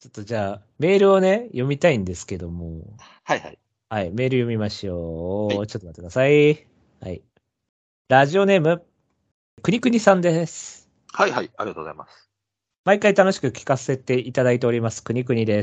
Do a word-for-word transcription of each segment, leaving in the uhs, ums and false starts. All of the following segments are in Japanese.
ょっとじゃあ、メールをね、読みたいんですけども。 はいはい。 はい、メール読みましょう。 はいちょっと待ってください。はい。ラジオネーム、くにくにさんです。 はいはい。ありがとうございます。 毎回楽しく聞かせていただいております、くにくにです。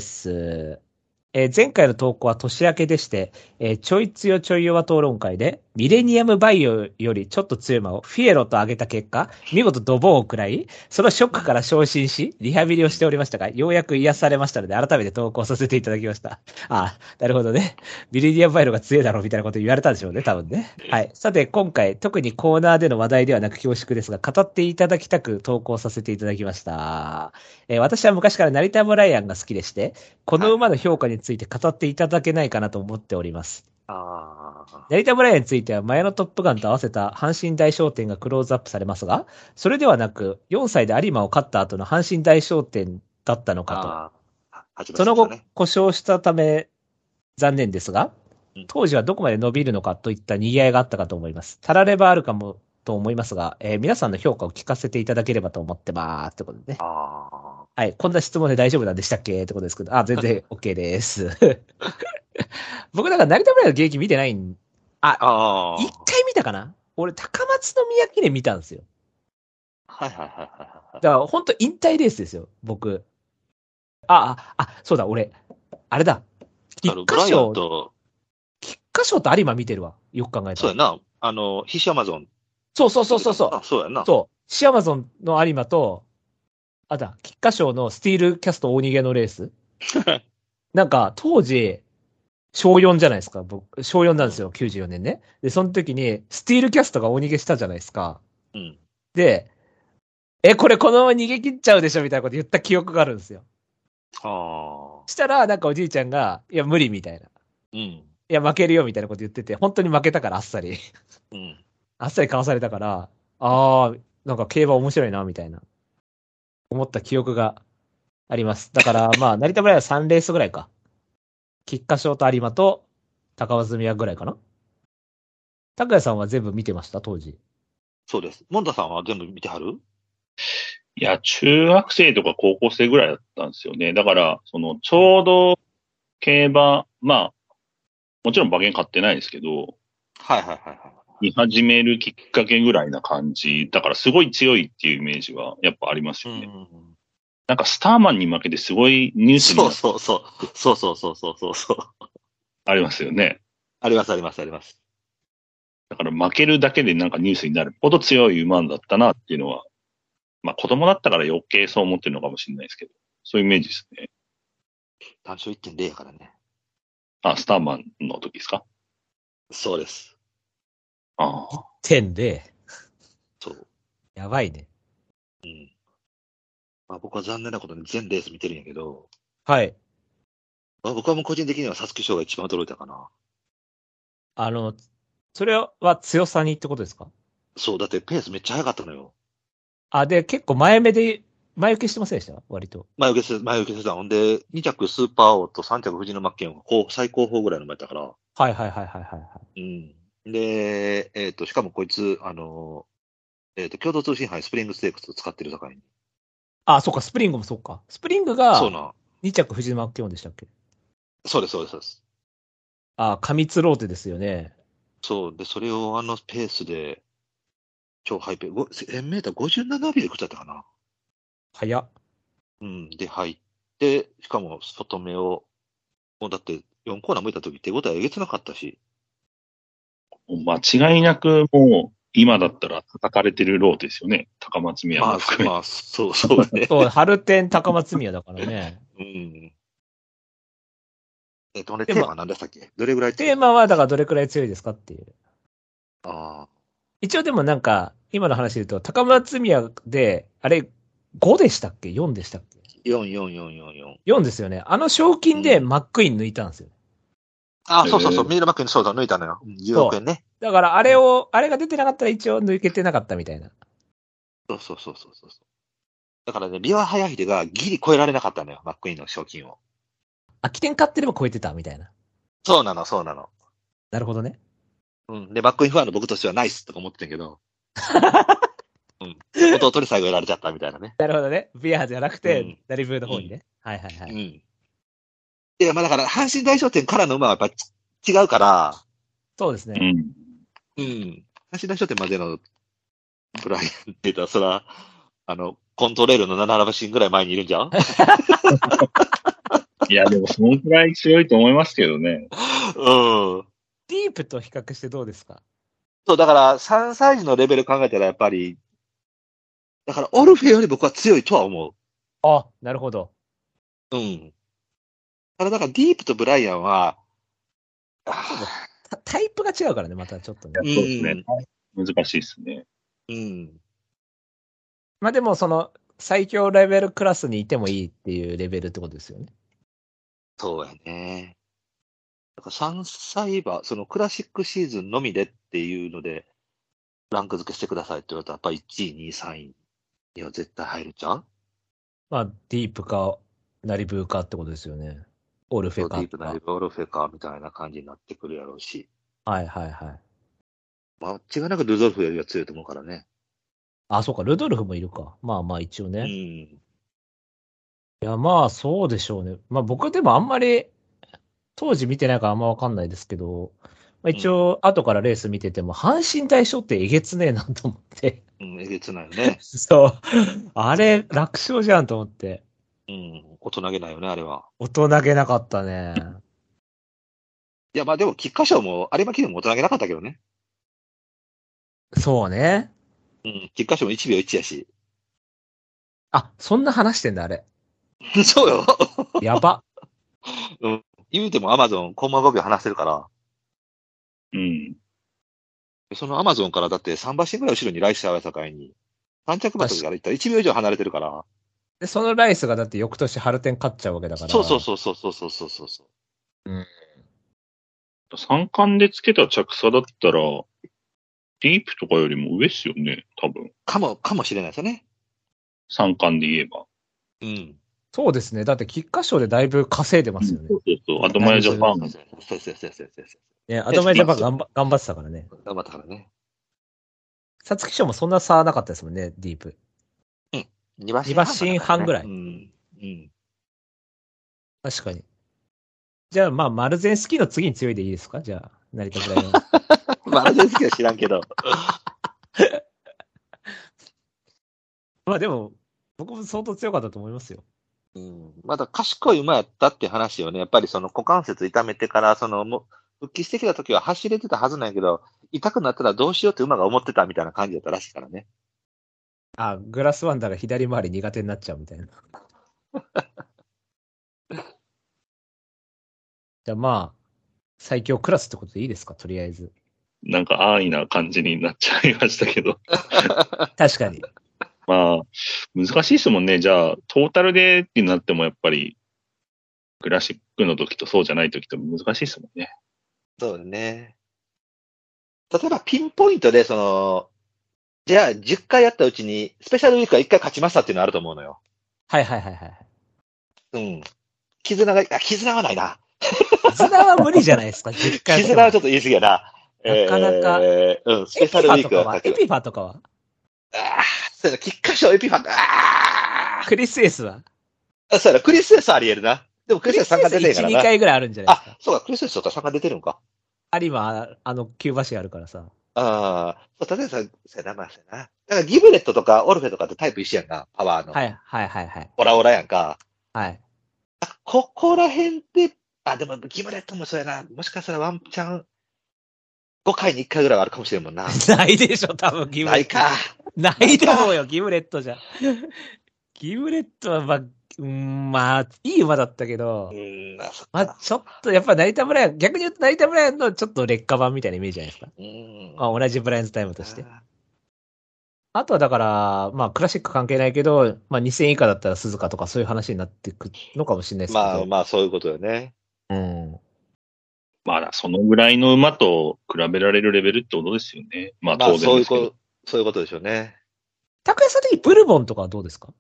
えー前回の投稿は年明けでして、えーちょい強ちょい弱討論会で、ミレニアムバイオよりちょっと強い馬をフィエロと挙げた結果、見事ドボンを食らい、そのショックから昇進し、リハビリをしておりましたが、ようやく癒されましたので、改めて投稿させていただきました。ああ、なるほどね。ミレニアムバイオが強いだろうみたいなこと言われたんでしょうね、多分ね。はい。さて、今回、特にコーナーでの話題ではなく恐縮ですが、語っていただきたく投稿させていただきました。えー私は昔から成田ブライアンが好きでして、この馬の評価について語っていただけないかなと思っております。 ああ。 成田ブライアンについては前のトップガンと合わせた阪神大商店がクローズアップされますが、それではなくよんさいで有馬を勝った後の阪神大商店だったのかと。 ああ。始まその後りましたね。 故障したため残念ですが、 うん当時はどこまで伸びるのかといった賑わいがあったかと思います。たらればあるかもと思いますが、えー皆さんの評価を聞かせていただければと思ってます。ってことでね。 ああ。 はい。こんな質問で大丈夫なんでしたっけってことですけど、あ、全然 OK です。僕だから成田ブライアンの現役見てないん、あ、 ああ。 一回見たかな俺、高松宮記念見たんですよ。 はいはいはいはいはい。 だから、ほんと引退レースですよ、僕。あ、あ、あ、そうだ、俺、あれだ。菊あの、ブライアン花賞、 と、 菊花賞と有馬見てるわ。よく考えたら。 そうやな。あの、ヒシアマゾンそうそうそうそうそ出てたもんな。そうやう。 な。 そう。シアマゾンの有馬と、あだ、菊花賞のスティールキャスト大逃げのレース。なんか、当時、小よんじゃないですか。僕、小よんなんですよ、 うん。 きゅうじゅうよねんね。で、その時に、スティールキャストが大逃げしたじゃないですか。 うん。 で、え、これこのまま逃げ切っちゃうでしょみたいなこと言った記憶があるんですよ。 ああ。 したら、なんかおじいちゃんが、いや、無理みたいな。いうん。 や、負けるよみたいなこと言ってて、本当に負けたからあっさり。 うん。 あっさりかわされたから、 うん。 あー、なんか競馬面白いな、みたいな、思った記憶があります。だから、まあ、成田ブライはさんレースぐらいか。菊花賞と有馬と高松宮ぐらいかな。拓也さんは全部見てました当時。 そうです。モンタさんは全部見てはる？ いや、中学生とか高校生ぐらいだったんですよね。だから、その、ちょうど、競馬、まあ、もちろん馬券買ってないですけど、 はいはいはいはい。 見始めるきっかけぐらいな感じ。だからすごい強いっていうイメージはやっぱありますよね。 うん。 なんかスターマンに負けてすごいニュースにそうなっそうそう。そうそうそうそうそうそう。 ありますよね。 ありますありますあります。 だから負けるだけでなんかニュースになるほど強い馬だったなっていうのは、まあ子供だったから余計そう思ってるのかもしれないですけど、そういうイメージですね。 単勝いってんゼロやからね。 あ、スターマンの時ですか？ そうです。 ああ。 てんで、 そう。 やばいね。 うん。まあ僕は残念なことに全レース見てるんやけど、 はい。 まあ、僕はもう個人的には皐月賞が一番驚いたかな。 あの、それは強さにってことですか？ そう、だってペースめっちゃ速かったのよ。 あ、で、結構前目で、前受けしてませんでした割と。 前受けせ、前受けせた。ほんで、に着スーパー王とさん着藤野真剣をこう最高峰ぐらいの前だから。 はいはいはいはいはいはい。 うん。で、えっ、と、しかもこいつ、あの、えっ、と、共同通信杯スプリングステークスを使ってる境に。 あ、そっか、スプリングもそっか。スプリングがそうな。 に着藤間明音でしたっけ？ そうです、そうです、そうです。 あ、過密ローテですよね。 そう。で、それをあのペースで、超ハイペー、ごせんメーターごじゅうななびょうで食っちゃったかな。 早っ。 うん。で、入って、しかも外目を、もうだってよんコーナー向いた時手応ええげつなかったし。 間違いなくもう、今だったら叩かれてるローですよね。高松宮まあ、 も含め。 まあ、そうそうね。 そう、春天高松宮だからね。 うん。えっと、ね、 でも、 テーマは何でしたっけ？どれぐらい強い？ テーマはだからどれくらい強いですかっていう。 ああ。 一応でもなんか、今の話で言うと、高松宮で、あれ、ごでしたっけ ?よん でしたっけよん、よん、よん、よん、よん。 ?よん ですよね。あの賞金でうんマックイーン抜いたんですよ。 ああ、そうそうそう。 えーミールマックにそうだ、抜いたのよ。じゅうおくえんね。 だからあれを、あれが出てなかったら一応抜けてなかったみたいな。 そうそうそうそうそう。だからね、ビワハヤヒデがギリ超えられなかったのよ、マックイーンの賞金を。 空き店買ってれば超えてたみたいな。 そうなの、そうなの。 なるほどね。 うん。で、マックイーンファンの僕としてはナイスとか思ってたけど。ううん。弟に最後やられちゃったみたいなね。 なるほどね。ビアじゃなくて、 うんダリブーの方にね。はいはいはい。 うん。いや、まあだから、阪神大商店からの馬はやっぱり違うから、 そうですね。 うん。 うん。阪神大商店までのブライアンって言ったら、そら、あの、コントレールのなな馬身ぐらい前にいるんじゃんいや、でもそのくらい強いと思いますけどね。 うん。 ディープと比較してどうですか？ そう、だからさんさい児のレベル考えたらやっぱり、だからオルフェより僕は強いとは思う。 あ、なるほど。 うん。ただだからディープとブライアンは、 タタイプが違うからね、またちょっとね。 そうですね。難しいですね。 うん。 まあでも、その、最強レベルクラスにいてもいいっていうレベルってことですよね。 そうやね。だからさんさい馬、そのクラシックシーズンのみでっていうので、ランク付けしてくださいって言われたら、やっぱりいちい、にい、さんいには絶対入るじゃん。 まあ、ディープか、ナリブーかってことですよね。オルフそうディェかとか。 ープなリブオルフェかみたいな感じになってくるやろうし。 はいはいはい。 間違いなくルドルフよりは強いと思うからね。 あ、そうか、ルドルフもいるか。まあまあ一応ね。 ういん。 や、まあそうでしょうね。まあ僕でもあんまり、当時見てないからあんまわかんないですけど、まあ、一応、後からレース見てても、阪神大賞ってえげつねえなと思って。 うん、えげつないよね。 そう。あれ、楽勝じゃんと思って。 うん。大人げないよね、あれは。 大人げなかったね。 いや、まあでも、菊花賞も、有馬記念も大人げなかったけどね。 そうね。 うん。菊花賞もいちびょういちやし。 あ、そんな話してんだ、あれ。 そうよ。 やば。 うん。言うてもアマゾン、コンマごびょう離せるから。 うん。 そのアマゾンからだってさん馬身ぐらい後ろにライスある境に、さん着馬とかから言ったらいちびょう以上離れてるから。 で、そのライスがだって翌年春天勝っちゃうわけだから。 そうそうそうそうそうそうそうそう。 うん。 三冠でつけた着差だったら、ディープとかよりも上っすよね、多分。 かも、かもしれないですよね。 三冠で言えば。 うん。 そうですね。だって、菊花賞でだいぶ稼いでますよね。 そうそうそう。アドマイヤジャパン。 そうそうそうそうそうそう。 ね、アドバイザーバン頑張頑張ってたからね。 頑張ったからね。 皐月賞もそんな差はなかったですもんね、ディープ。 に馬に馬身半ぐらい。 うん。うん。 確かに。じゃあ、まあ、マルゼンスキーの次に強いでいいですか？じゃあ、成田ぐらいの。 まあ、全然好きは知らんけど。 まあでも、僕も相当強かったと思いますよ。 うん。まだ賢い馬やったって話よね。やっぱりその股関節痛めてから、その、も復帰してきた時は走れてたはずなんやけど、痛くなったらどうしようって馬が思ってたみたいな感じだったらしいからね。 あ、グラスワンダーが左回り苦手になっちゃうみたいな。じゃあまあ、最強クラスってことでいいですか？とりあえず。 なんか安易な感じになっちゃいましたけど。 確かに。 まあ、難しいですもんね。じゃあ、トータルでってなってもやっぱり、クラシックの時とそうじゃない時と難しいですもんね。 そうだね。例えばピンポイントで、その、じゃあじゅっかいやったうちに、スペシャルウィークはいっかい勝ちましたっていうのあると思うのよ。 はいはいはいはい。 うん。絆が、あ、絆はないな。 絆は無理じゃないですか、じゅっかいやっても。 絆はちょっと言い過ぎやな。 なかなかえー、うん、スペエピフシャルウィーァとかはクは勝ちエピファとかはああ、そうやな、菊花賞エピファン、あクリスエスはあ、そうやな、クリスエスあり得るな。でもククリスエリスエス参加出スいち、 てるからな。 にかいぐらいあるんじゃないですあか。、 そうか、クリスエスとか参加出てるんか。 有馬、あの、キューバ市あるからさ。 ああ、そう、例えばさ、そうやな、まあ、そうやな。だからギブレットとかオルフェとかってタイプ一緒やんか、パワーの。 はいはいはいはい。 オラオラやんか。 はい。 ここら辺で、あ、でもギブレットもそうやな。もしかしたらワンチャン、ごかいにいっかいぐらいはあるかもしれんもんな。 ないでしょ、多分、ギブレット。 ないか。 ないと思うよ、ギブレットじゃ。ギブレットは、まあ、うん、まあ、いい馬だったけど、 うん、あ、そっまあ、 か。 ちょっと、やっぱ成田ブライアン、逆に言うと成田ブライアンのちょっと劣化版みたいなイメージじゃないですか。 うん。 まあ、同じブライアンズタイムとして。あとはだから、まあ、クラシック関係ないけど、まあ、にせん以下だったら鈴鹿とかそういう話になっていくのかもしれないですけど。 まあまあ、そういうことよね。 うん。 まあ、そのぐらいの馬と比べられるレベルってことですよね。まあ、 まあ、 当然ですけど。 そういうこと、そういうことでしょうね。 高橋さん的にブルボンとかはどうですか？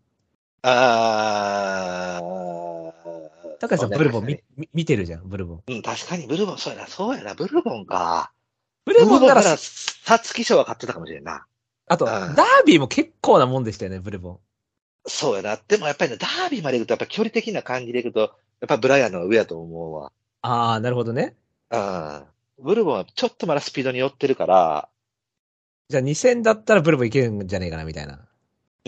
ああ。 高橋さん、ブルボン見確か見見てるじゃん、ブルボン。 にうん、確かに、ブルボン、そうやな、そうやな、ブルボンか。 ブルボンならブルボンなら、サツキ賞は買ってたかもしれんな。 あと、 あーダービーも結構なもんでしたよね、ブルボン。 そうやな。でもやっぱりね、ダービーまで行くと、やっぱ距離的な感じで行くと、やっぱブライアンの方が上やと思うわ。 ああ、なるほどね。 うん。ブルボンはちょっとまだスピードに寄ってるから、 じゃあに戦だったらブルボンいけるんじゃねえかな、みたいな。 うん。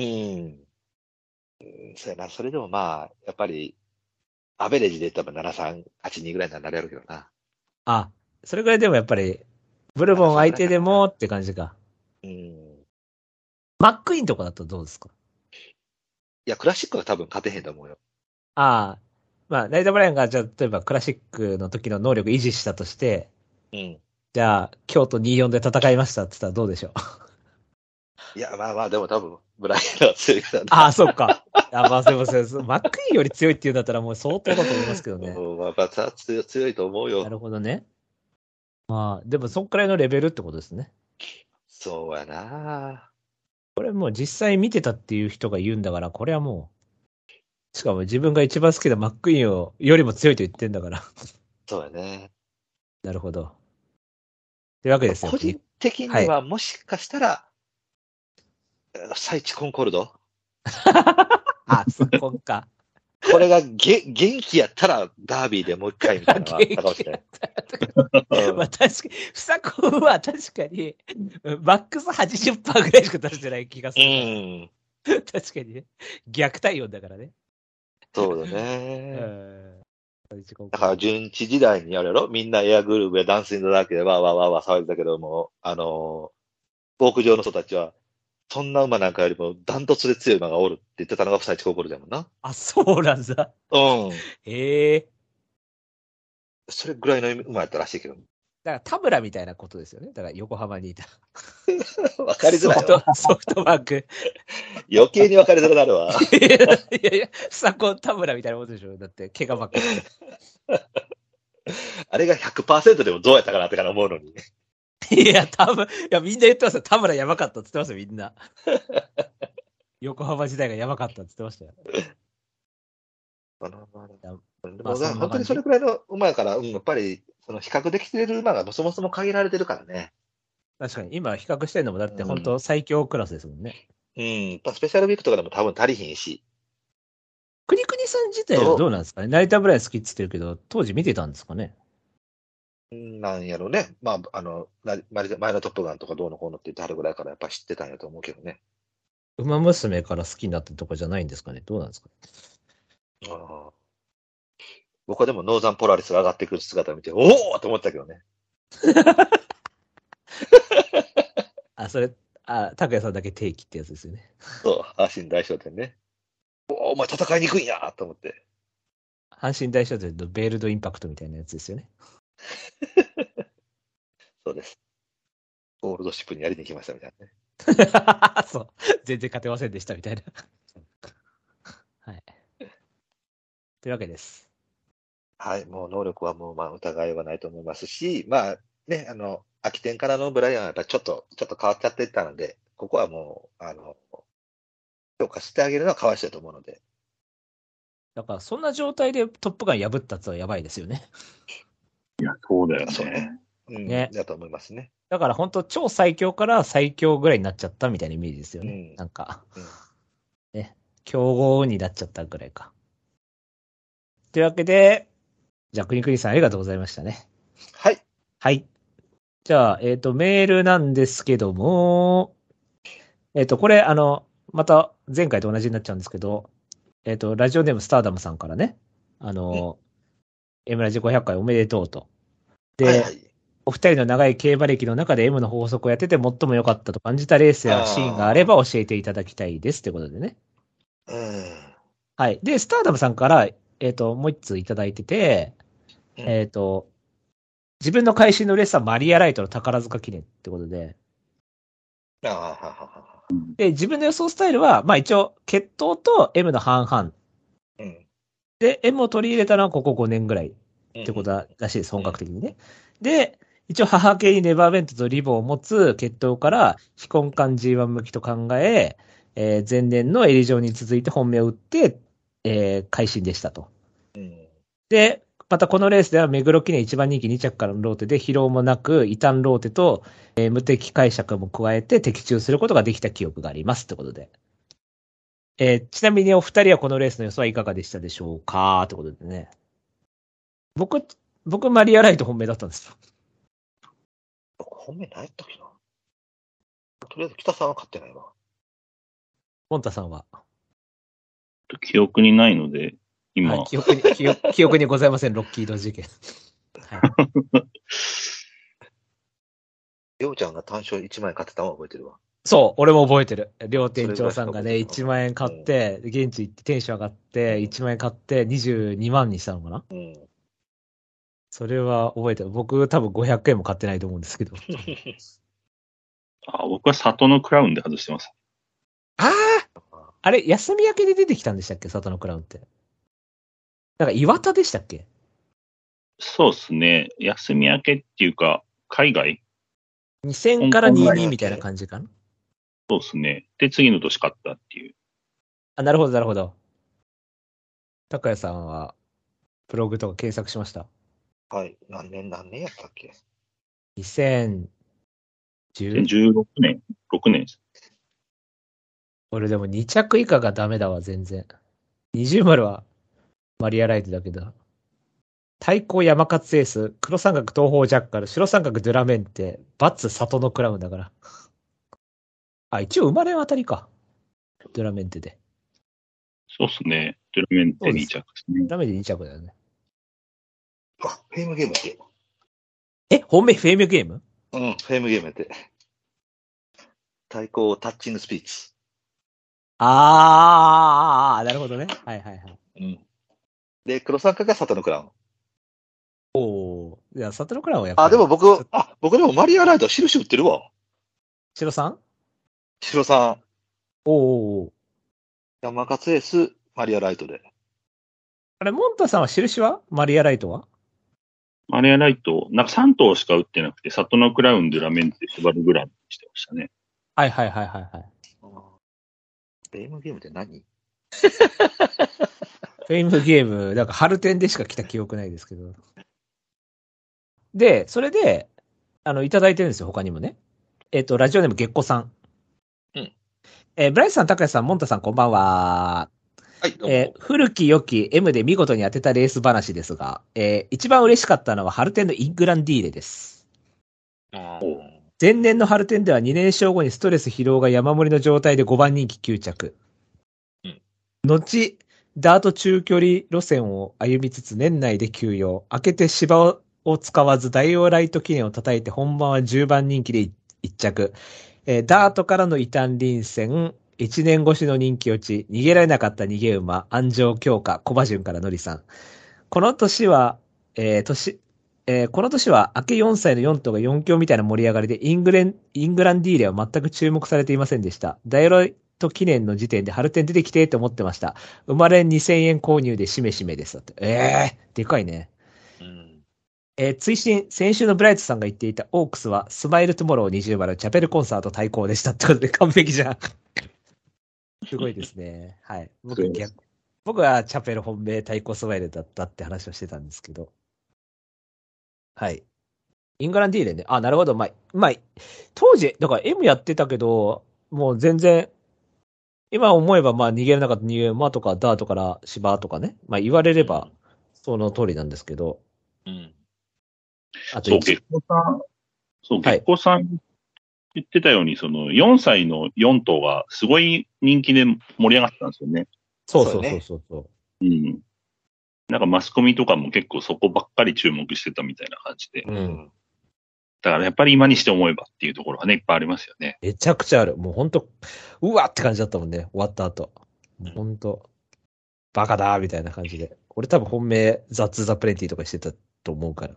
そうやな。それでもまあ、やっぱり、アベレージで言ったらななさん、はちにぐらいにはなれるけどな。 あ、それぐらいでもやっぱり、ブルボン相手でもって感じか。 うん。いマックイーンとかだとどうですか？ や、クラシックは多分勝てへんと思うよ。 ああ、まあ、ナイト・ブライアンが、じゃあ、例えばクラシックの時の能力維持したとして、 うん。 じゃあ、京都にじゅうよんで戦いましたって言ったらどうでしょう？ いや、まあまあ、でも多分、ブライアンの方が強いからな。 ああ、そっか。あまあ、すいません。マックイーンより強いって言うんだったらもう相当だと思いますけどね。 うん、まあ、まあ、強強いと思うなよ。 るほどね。まあ、でもそんくらいのレベルってことですね。 そうやな。 これもう実際見てたっていう人が言うんだから、これはもう、しかも自分が一番好きなマックイーンをよりも強いと言ってんだから。 そうやね。 なるほど。というわけですよ。 個人的はい。 には、もしかしたら、サイチコンコルドあ、そこか。 これがげ元気やったら、ダービーでもう一回みたいなのがあったかもしれない。うんまあ確かに、ふさこは確かに、マックス はちじゅっパーセント ぐらいしか出してない気がすうる。 ん。 確かにね。逆対応だからね。 そうだうね。 ん。 だから、順治時代にやるやろみんなエアグルーヴやダンスインドだけでわーわーわーわー騒いでたけども、あのー、牧場の人たちは、そんな馬なんかよりもダントツで強い馬がおるって言ってたのがフサイチコンコルドやもんな。 あ、そうなんだ。 うん。 へえ。 それぐらいの馬やったらしいけど。 だから田村みたいなことですよね。だから横浜にいた。 わかりづらいソフトわ。 ソフトバンク。 余計にわかりづらくなるわ。 いやいや、ふさこ田村みたいなことでしょ。だって、怪我ばっかりして。 あれが ひゃくパーセント でもどうやったかなってから思うのに。 いや、多分、いや、みんな言ってますよ。田村やばかったって言ってますよ、みんな。横浜時代がやばかったって言ってましたよ。 あのまあでまあもそんな感じ本当にそれくらいの馬やから、うん、やっぱり、その比較できてる馬がそもそも限られてるからね。 確かに、今比較してるのも、だってうん本当最強クラスですもんね。 うん。やっぱスペシャルウィークとかでも多分足りひんし。 クニクニさん自体はどうなんですかね。ナイターブライン好きって言ってるけど、当時見てたんですかね。 なんやろね。まあ、あの、な前のトップガンとかどうのこうのって言ってはるぐらいからやっぱ知ってたんやと思うけどね。 馬娘から好きになったとかじゃないんですかね。どうなんですかね。 ああ僕はでもノーザンポラリスが上がってくる姿を見て、おおと思ったけどね。 あ、それ、あ、拓也さんだけ定期ってやつですよね。 そう、阪神大商店ね。おお、お前戦いにくいんやと思って。 阪神大賞でベールドインパクトみたいなやつですよね。 そうです。ゴールドシップにやりに来ましたみたいなね。 そう。全然勝てませんでしたみたいな。はい。というわけです。 はい、もう能力はもうまあ疑いはないと思いますし、まあね、あの、空き店からのブライアンはやっぱちょっと、ちょっと変わっちゃってたので、ここはもう、あの、評価してあげるのはかわいそうだと思うので。 だから、そんな状態でトップガン破ったやつはやばいですよね。 いや、そうだよそうね。 ね。うん、 ねだと思いますね。 だから本当超最強から最強ぐらいになっちゃったみたいなイメージですよね。 うんなんか、 うんね、強豪になっちゃったぐらいか。というわけで、じゃあ、くにくにさんありがとうございましたね。 はい。 はい。じゃあ、えっ、と、メールなんですけども、えっ、と、これ、あの、また前回と同じになっちゃうんですけど、えっ、と、ラジオネームスターダムさんからね、あの、M ラジごひゃっかいおめでとうと。で、 はいはい。 お二人の長い競馬歴の中で M の法則をやってて最も良かったと感じたレースやシーンがあれば教えていただきたいですってことでね。 うん。 はい。で、スターダムさんから、えっ、と、もう一通いただいてて、 うんえっ、と、自分の会心のレースはマリアライトの宝塚記念ってことで、 ああ、ははは。 で、自分の予想スタイルは、まあ一応、血統と M の半々。 うん。 で、M を取り入れたのはここごねんぐらいっってことらしいです、本格的にね。で、一応母系にネバーベントとリボンを持つ血統から非根幹 ジーワン 向きと考え、えー前年のエリジョンに続いて本命を打って、えー、会心でしたと。 うん。 で、 またこのレースでは目黒記念いちばん人気に着からのローテで疲労もなく、異端ローテと、えー無敵解釈も加えて的中することができた記憶がありますってことで。えーちなみにお二人はこのレースの予想はいかがでしたでしょうかってことでね。僕、僕マリアライト本命だったんですよ。 本命何やったっけな。とりあえず北さんは勝ってないわ。 モンタさんは。 記憶にないので、今、 はい、記憶に記憶、記憶にございません、ロッキード事件。はいりょうちゃんが単勝いちまん円買ってたのは覚えてるわ。 そう、俺も覚えてる。両店長さんがね、 それぐらいしか覚えてないいちまん円買って、現地行ってテンション上がって、いちまん円買ってにじゅうにまんにしたのかな。 うん。 それは覚えてる。僕多分ごひゃくえんも買ってないと思うんですけど。 あ僕は里のクラウンで外してます。 あああれ、休み明けで出てきたんでしたっけ、サトノクラウンって。なんか岩田でしたっけ。 そうですね。休み明けっていうか、海外にせんからにじゅうにみたいな感じかな。 そうですね。で、次の年買ったっていう。 あ、なるほど、なるほど。高谷さんは、ブログとか検索しました？ はい。何年、何年やったっけ？ にせんじゅう？ じゅうろくねん、ろくねんです。 俺でもに着以下がダメだわ、全然。二重丸はマリアライトだけど。対抗山勝エース、黒三角東方ジャッカル、白三角ドゥラメンテ、バツ里のクラウンだから。あ、一応生まれは当たりか。ドゥラメンテで。 そうですね。ドゥラメンテに着ですね。 ドゥラメンテに着だよね。 あ、フェームゲームやって。 え、本命フェームゲーム？ うん、フェームゲームやって。対抗タッチングスピーチ。 あー、なるほどね。はいはいはい。 うん。で、黒三角がサトノクラウン。 おー。いや、里のクラウンはやっぱり。 あ、でも僕、あ、僕でもマリアライト印売ってるわ。 白さん？ 白さん、 おー。 山勝エース、マリアライトで。 あれ、モンタさんは印はマリアライトは？ マリアライト、なんかさん頭しか打ってなくて、サトノクラウン、ドゥラメンテ、シュバルグランにしてましたね。 はいはいはいはいはい。 フェームゲームって何？ フェイムゲーム、なんか春天でしか来た記憶ないですけど。で、それで、あの、いただいてるんですよ、他にもね。えっ、と、ラジオネーム月子さん。 うん。 えーブライスさん、高橋さん、モンタさん、こんばんは。 はい、どうも。 えー古き良き M で見事に当てたレース話ですが、えー一番嬉しかったのは春天のイングランディーレです。 あお前年の春天ではにねん勝後にストレス疲労が山盛りの状態でごばん人気きゅう着。 うん後、ダート中距離路線を歩みつつ年内で休養。明けて芝を使わず大王ライト記念を叩いて本番はじゅうばん人気でいっ着。えーダートからの異端臨戦、いちねん越しの人気落ち、逃げられなかった逃げ馬、安城強化、小馬順からのりさん。この年は、えー年、えーこの年は明けよんさいのよん頭がよん強みたいな盛り上がりで、イングレン、イングランディーレは全く注目されていませんでした。大ライト記念の時点で春天出てきてと思ってました。生まれにせんえん購入でしめしめです。だってええー、でかいね。 うん。 えー追伸、先週のブライトさんが言っていたオークスはスマイルトゥモローにじゅう丸チャペルコンサート対抗でしたってことで完璧じゃん。すごいですね。はい。僕逆、僕はチャペル本命対抗スマイルだったって話をしてたんですけど。はい。イングランディーレね。あ、なるほど。まあ、まあ、当時、だから M やってたけど、もう全然、今思えばまあ逃げれなかった逃げ馬とかダートから芝とかね。まあ言われればその通りなんですけど。 うん。 そう、 あと一月光さん、そう、 はい月光さん言ってたように、そのよんさいのよん頭がすごい人気で盛り上がってたんですよね。 そうそうそうそうそう。 うん。なんかマスコミとかも結構そこばっかり注目してたみたいな感じで。 う。ん。 だからやっぱり今にして思えばっていうところがね、いっぱいありますよね。 めちゃくちゃある。もうほんと、うわって感じだったもんね。終わった後。もうほんと、バカだーみたいな感じで。俺多分本命、ザッツ・ザ・プレンティとかしてたと思うから。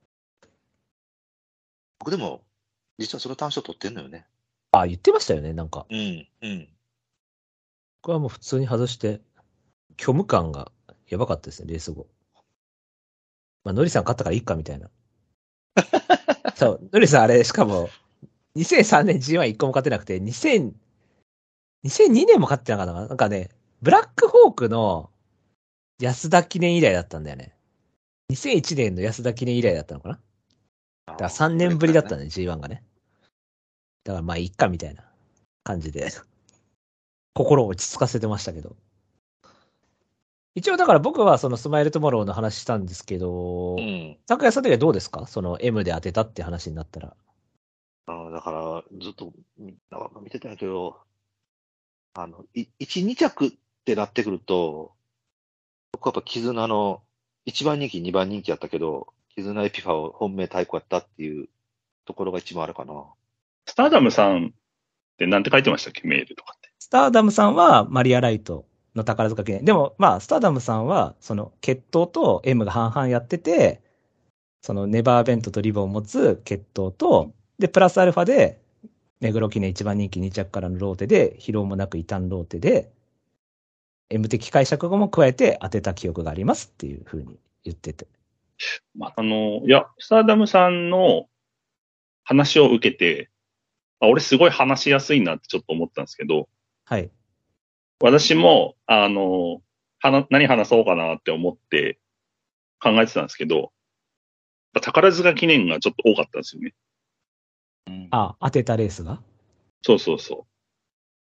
僕でも、実はその単勝取ってんのよね。 あ、言ってましたよね、なんか。 うん。うん。 これはもう普通に外して、虚無感がやばかったですね、レース後。まあ、ノリさん勝ったからいいかみたいな。そう、ノリさんあれ、しかも、にせんさんねん ジーワンいっこも勝てなくて、にせん、にせんにねんも勝ってなかったかな。なんかね、ブラックホークの安田記念以来だったんだよね。 にせんいちねんの安田記念以来だったのかな。だからさんねんぶりだったね、ジーワン がね。だからまあ、いっかみたいな感じで、心を落ち着かせてましたけど。一応だから僕はそのスマイルトゥモローの話したんですけど、 うん。 昨夜さん的にはどうですか？その エム で当てたって話になったら。 あだから、ずっとみ長く見てたんやけど、あの、いいち、に着ってなってくると、僕はやっぱ絆のいちばん人気、にばん人気やったけど、絆エピファを本命対抗やったっていうところが一番あるかな。 スターダムさんってなんて書いてましたっけ、メールとかって。 スターダムさんはマリアライトの宝塚記念。でもまあ、スターダムさんはその決闘と エム が半々やってて、そのネバーベントとリボンを持つ決闘と、で、プラスアルファで、目黒記念いちばん人気に着からのローテで、疲労もなく異端ローテで、M 的解釈語も加えて当てた記憶がありますっていう風に言ってて。 まあ、あの、いや、スターダムさんの話を受けて、あ、俺すごい話しやすいなってちょっと思ったんですけど、 はい。 私も、あの、はな何話そうかなって思って考えてたんですけど、宝塚記念がちょっと多かったんですよね。 うんあ、当てたレースがそうそうそう。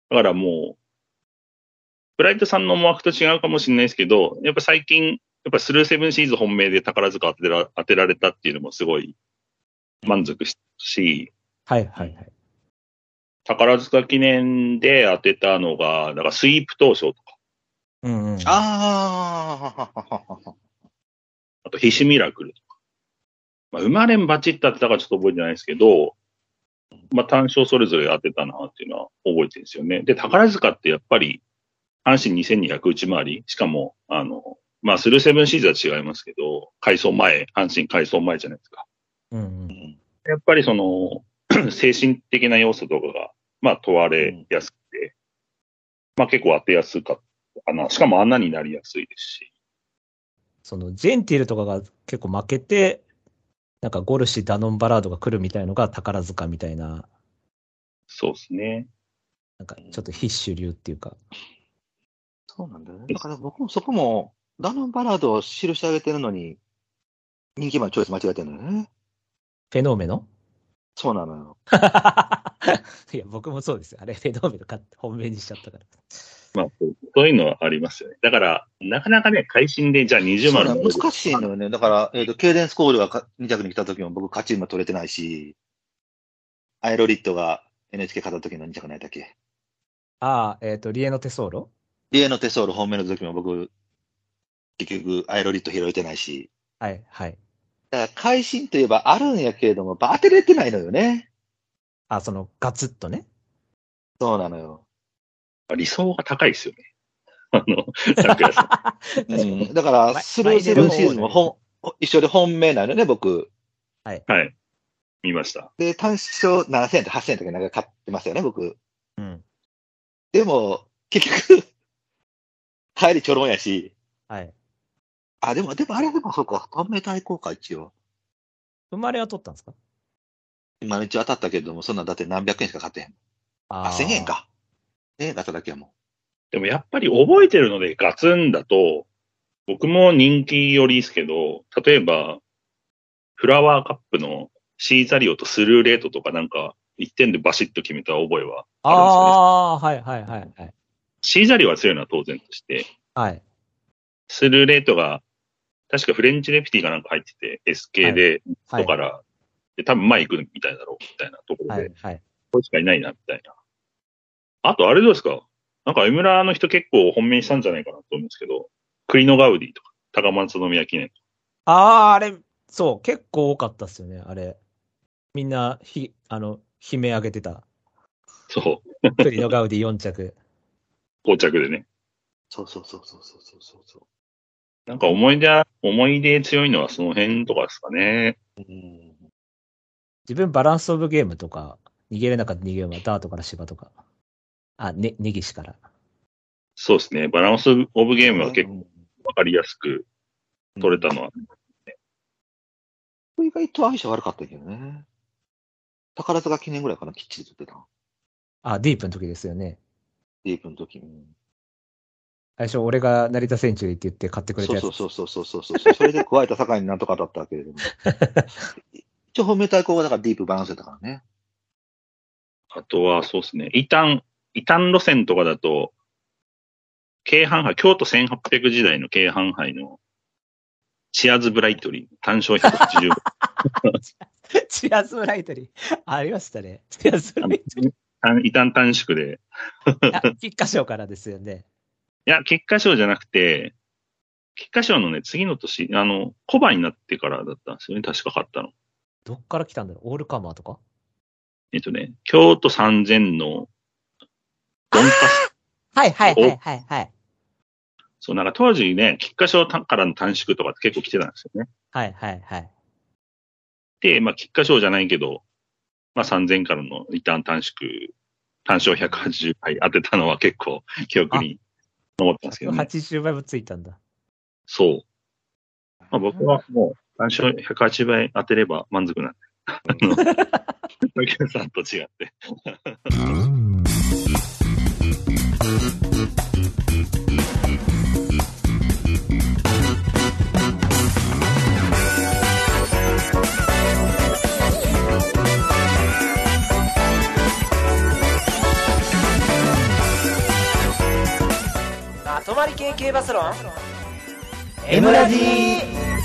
だからもう、ブライトさんの思惑と違うかもしれないですけど、やっぱ最近、やっぱスルーセブンシーズ本命で宝塚当てら当てられたっていうのもすごい満足したし、 はいはいはい。 宝塚記念で当てたのが、だからスイープ東証とか、 うんうん。 ああ、 あと、ひしミラクルとか。まあ、生まれんバチッと当てたかちょっと覚えてないですけど、まあ、単勝それぞれ当てたなっていうのは覚えてるんですよね。で、宝塚ってやっぱり、阪神にせんにひゃく内回り、しかも、あの、まあ、スルーセブンシーズは違いますけど、改装前、阪神改装前じゃないですか。 うんう。 うんんやっぱりその、精神的な要素とかが、まあ、問われやすくて、まあ、結構当てやすかったかな。しかもあんなになりやすいですし。 そのジェンティルとかが結構負けて、なんかゴルシ、ダノンバラードが来るみたいのが宝塚みたいな、 そうですね。 なんかちょっと必主流っていうか。 そうなんだよね。だから僕もそこも、ダノンバラードを記してあげてるのに、人気馬のチョイス間違えてるんだよね。 フェノーメノそうなのよ。 いや、僕もそうですよ。あれ、フェノーメノ買って本命にしちゃったから。 まあ、そうそういうのはありますよね。だから、なかなかね、会心で、じゃあにじゅうそう丸のなの難しいのよね。だから、えっ、と、ケイデンスコールがに着に来た時も僕勝ち馬取れてないし、アイロリットが エヌエイチケー 勝った時のに着ないだっけ。 ああ、えっ、と、リエノテソーロリエのテソール本命の時も僕、結局アイロリット拾えてないし。 はい、はい。 だから、会心といえばあるんやけれども、当てれてないのよね。 あ、その、ガツッとね。 そうなのよ。 理想が高いですよね。あの、拓也さん。 確かに。 うん、だから、 まスルーセブンシーズンもマ本、一緒で本命なのよね、僕。 はい。 はい。見ました。 で、単勝ななせんえんとはっせんえんとかなんか買ってますよね、僕。 うん。 でも、結局、帰りちょろんやし。 はい。 あ、でも、でもあれでもそうか、本命対抗か、一応。 生まれは取ったんですか？ 今のうち当たったけども、そんなんだって何百円しか買ってへん。あ、せんえん。か。せんえん買っただけやもん。 でもやっぱり覚えてるのでガツンだと、僕も人気よりですけど、例えば、フラワーカップのシーザリオとスルーレートとかなんか、一点でバシッと決めた覚えはあるんですよね。 ああー、はいはいはいはい。 シーザリオは強いのは当然として、 はい。 スルーレートが、確かフレンチレプティがなんか入ってて、エスケー で、 はい。 だから、で多分前行くみたいだろう、みたいなところで、 はい。はい。 これしかいないな、みたいな。あと、あれどうですか？なんか、エムラーの人結構本命にしたんじゃないかなと思うんですけど、クリノガウディとか、高松宮記念。 ああ、あれ、そう、結構多かったっすよね、あれ。みんな、ひ、あの、悲鳴上げてた。 そう。 クリノガウディよん着。 膠着でね。 そうそうそうそうそうそうそう。 なんか思い出、思い出強いのはその辺とかですかね。 うん自分バランスオブゲームとか、逃げれなかった逃げ馬、ダートから芝とか。あ、ね、ネギシから。 そうですね。バランスオブゲームは結構うんわかりやすく取れたのは。 これ意外と相性悪かったけどね。宝塚記念ぐらいかな、きっちり取ってた。 あ、ディープの時ですよね。 ディープの時に。 最初俺が成田センチュリーって言って買ってくれたやつ。 そうそうそうそうそうそうそう。それで加えた境になんとかだったけれども。一応本命対抗はだからディープバランスだからね。 あとは、そうですね。異端、異端路線とかだと、京阪杯、京都せんはっぴゃく時代の京阪杯の、チアーズブライトリー、単勝ひゃくはちじゅうばい。 チアーズブライトリー。ありましたね。チアーズブライトリー。 異端短縮で。 あ、菊花賞からですよね。 いや、菊花賞じゃなくて、菊花賞のね、次の年、あの、小判になってからだったんですよね、確か買ったの。 どっから来たんだろう、オールカマーとか。 えっとね、京都さんぜんの、ドンパス。 はいはいはいはいはい。 そう、なんか当時ね、菊花賞からの短縮とかって結構来てたんですよね。 はいはいはい。 で、まあ、菊花賞じゃないけど、まあ、さんぜんからの一旦短縮、単勝ひゃくはちじゅうばい当てたのは結構記憶に残ってますけどね。 はちじゅうばいもついたんだ。 そう。まあ、僕はもう単勝ひゃくはちじゅうばい当てれば満足なんで。あの、竹内さんと違って。 まとまり系系バスロン M ラジー。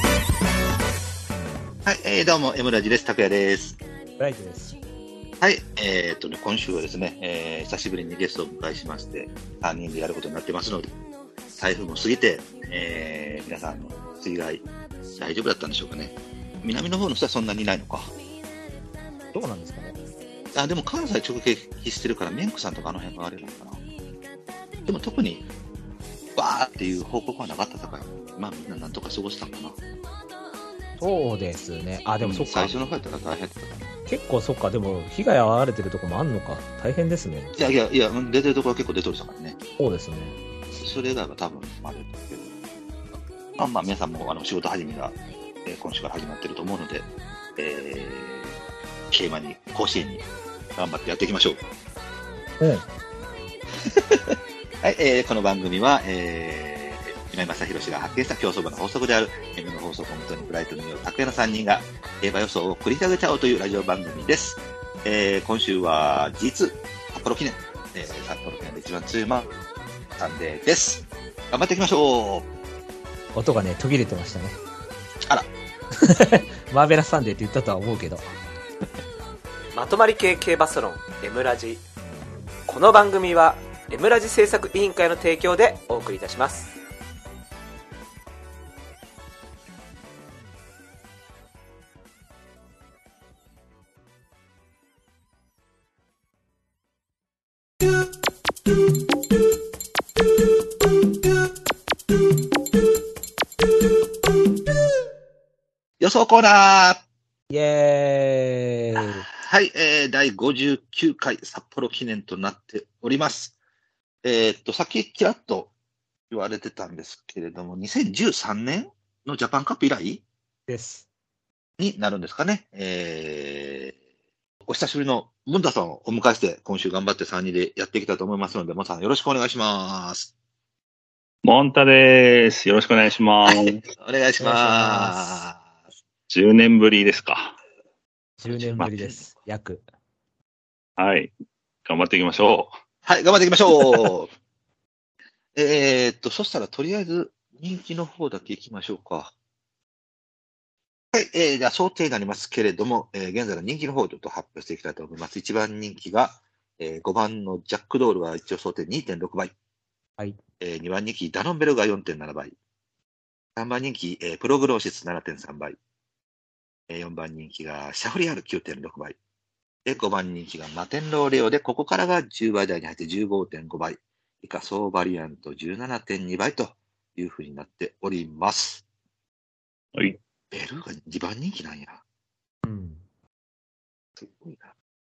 はい、えー、どうも M ラジです。拓也です。 ライトです。 はい、えー、っとね、今週はですね、えー、久しぶりにゲストをお迎えしまして、さんにんでやることになってますので、台風も過ぎて、えー、皆さんの水害大丈夫だったんでしょうかね。南の方の人はそんなにいないのか。 どうなんですかね。 あ、でも関西直撃してるから、メンクさんとかあの辺があれなのかな。でも特に、バーっていう報告はなかったから、まあみんななんとか過ごしたのかな。 そうですね。あ、でもそっか。 最初の方やったら大変だったから。 結構そっか。でも、被害遭われてるとこもあんのか。大変ですね。 いやいやいや、出てるところは結構出てるからね。 そうですね。 それ以外は多分、あれだけど。まあまあ皆さんもあの仕事始めが、えー、今週から始まってると思うので、えー、競馬に、甲子園に頑張ってやっていきましょう。 うん。 はい、えー、この番組は、えー、今井正弘氏が発見した競走馬の法則である M の法則をもとにブライトによる拓也のさんにんが競馬予想を繰り広げちゃおうというラジオ番組です。えー、今週は実札幌記念、えー、札幌記念で一番強い馬サンデーです。頑張っていきましょう。 音がね、途切れてましたね。 あら。 マーベラスサンデーって言ったとは思うけど。 まとまり系系バスロン M ラジ。この番組はM ラジ制作委員会の提供でお送りいたします。 予想コーナー。 イエーイ。 はい、えー、だいごじゅうきゅうかい札幌記念となっております。えー、っと、さっきちらっと言われてたんですけれども、にせんじゅうさんねんのジャパンカップ以来です。 になるんですかね。えー、お久しぶりのムンタさんをお迎えして、今週頑張ってさんにんでやっていきたいと思いますので、モンタさんよろしくお願いします。 モンタです。よろしくお願いします。はい、 お願いします。 じゅうねんぶりですか。 じゅうねんぶりです。約。 はい。頑張っていきましょう。 はい、頑張っていきましょう。えーっと、そしたらとりあえず人気の方だけ行きましょうか。はい、えー、じゃあ想定になりますけれども、えー、現在の人気の方をちょっと発表していきたいと思います。いちばん人気が、えー、ごばんのジャックドールは一応想定 にてんろく 倍。 はい。 えー、にばん人気ダノンベルが よんてんなな 倍。さんばん人気、えー、プログローシス ななてんさん 倍。えー、よんばん人気がシャフリヤール きゅうてんろく 倍。で、ごばん人気がマテンローレオで、ここからがじゅうばい台に入って じゅうごてんご 倍。以下総バリアント じゅうななてんに 倍というふうになっております。 はい。 ベルがにばん人気なんや。 うん。 すごいな。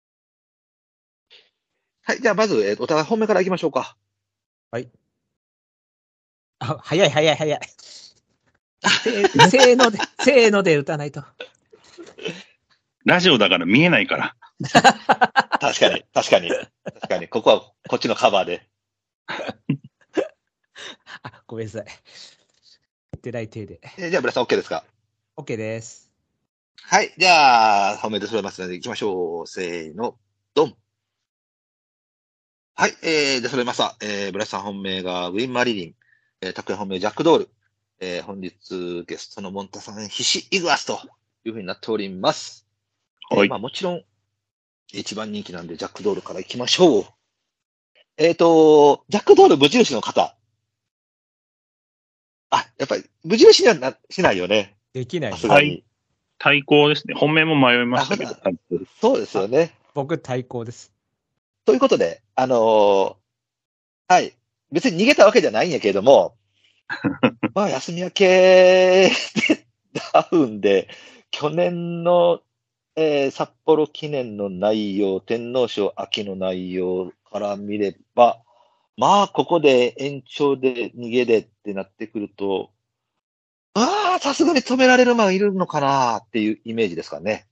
はい、じゃあまず、えー、お互い本命からいきましょうか。 はい。あ、早い早い早い。せー、せーので、せーので打たないと。 ラジオだから見えないから。 確かに、確かに。確かに。ここはこっちのカバーで。 あ、ごめんなさい。言ってない手で。 えーじゃあ、ブラさん OK ですか？ OK です。 はい。じゃあ、本命で揃えますので、行きましょう。せーの、ドン。はい。えー、で、揃えました。えー、ブラさん本命がウィン・マリリン、えー、拓也本命ジャック・ドール、えー、本日ゲストのモンタさん、ヒシ・イグアスというふうになっております。 はいえーまあ、もちろん、一番人気なんで、ジャック・ドールから行きましょう。えっ、と、ジャック・ドール無印の方。あ、やっぱり、無印にはなしないよね。 できないねさすがに。 対抗ですね。本命も迷いましたけどあ。 対抗そうですよね。 僕、対抗です。 ということで、あのーはい。別に逃げたわけじゃないんやけれども、まあ、休み明けでダウンで、去年の、えー札幌記念の内容、天皇賞秋の内容から見れば、まあ、ここで延長で逃げでってなってくると、ああ、さすがに止められる馬がいるのかなっていうイメージですかね。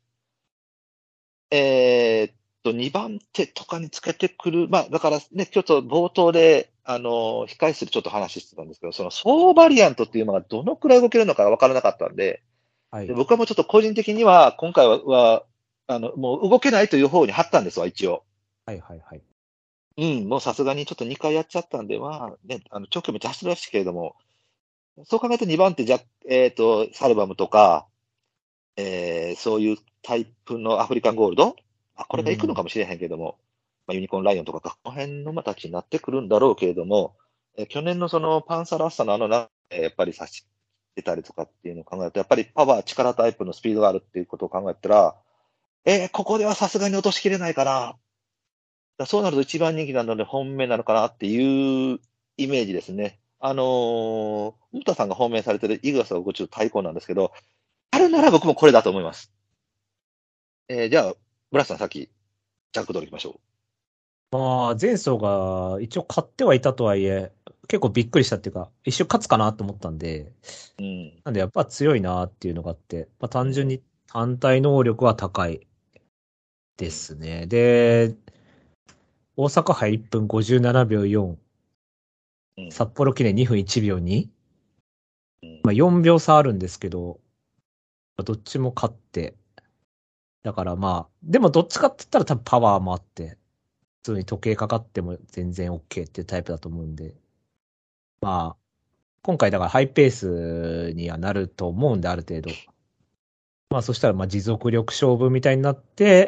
えーっと、にばん手とかにつけてくる。まあ、だからね、ちょっと冒頭で、あの、控え室でちょっと話してたんですけど、そのソーバリアントっていう馬がどのくらい動けるのか分からなかったんで、 はいで。僕はもうちょっと個人的には、今回は、はあの、もう動けないという方に張ったんですわ、一応。 はいはいはい。 うん、もうさすがにちょっとにかいやっちゃったんで、まあね、あの、長距離めっちゃ走るらしいけれども、そう考えるとにばん手じゃ、えっと、サルバムとか、えーそういうタイプのアフリカンゴールド、あ、これが行くのかもしれへんけども、まあ、ユニコーンライオンとかか、この辺の馬たちになってくるんだろうけれども、えー去年のそのパンサラッサのあのな、えーやっぱり差し出たりとかっていうのを考えると、やっぱりパワー、力タイプのスピードがあるっていうことを考えたら、えーここではさすがに落としきれないかな。だからそうなると一番人気なので本命なのかなっていうイメージですね。あのー、ムタさんが本命されてるイグアスはごちょっと対抗なんですけど、あるなら僕もこれだと思います。えーじゃあ、ブラスさんさっき、ジャックドール行きましょまあ、前走が一応勝ってはいたとはいえ、結構びっくりしたっていうか、一瞬勝つかなと思ったんで、 う。うん。 なんでやっぱ強いなっていうのがあって、まあ単純に単体能力は高いですね。で、大阪杯いっぷんごじゅうななびょうよん、 うん。 札幌記念にふんいちびょうに、 うんまあよんびょう差あるんですけど、どっちも勝って、だからまあ、でもどっちかって言ったら多分パワーもあって、普通に時計かかっても全然 OK っていうタイプだと思うんで、まあ、今回だからハイペースにはなると思うんで、ある程度。まあそしたらまあ持続力勝負みたいになって、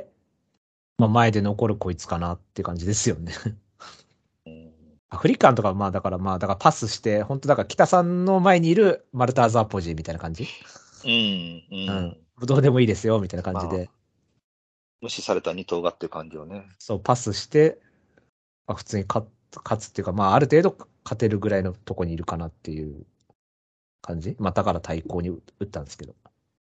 まあ前で残るこいつかなって感じですよね。 うんアフリカンとかまあだからまあだからパスして、本当だから北さんの前にいるマルターザーポジーみたいな感じ。 うん。ううんん。どうでもいいですよみたいな感じで。 無視された二頭がっていう感じをね。 そう、パスして、まあ、普通に勝勝つっていうか、まあある程度勝てるぐらいのとこにいるかなっていう感じ。まあだから対抗に打ったんですけど。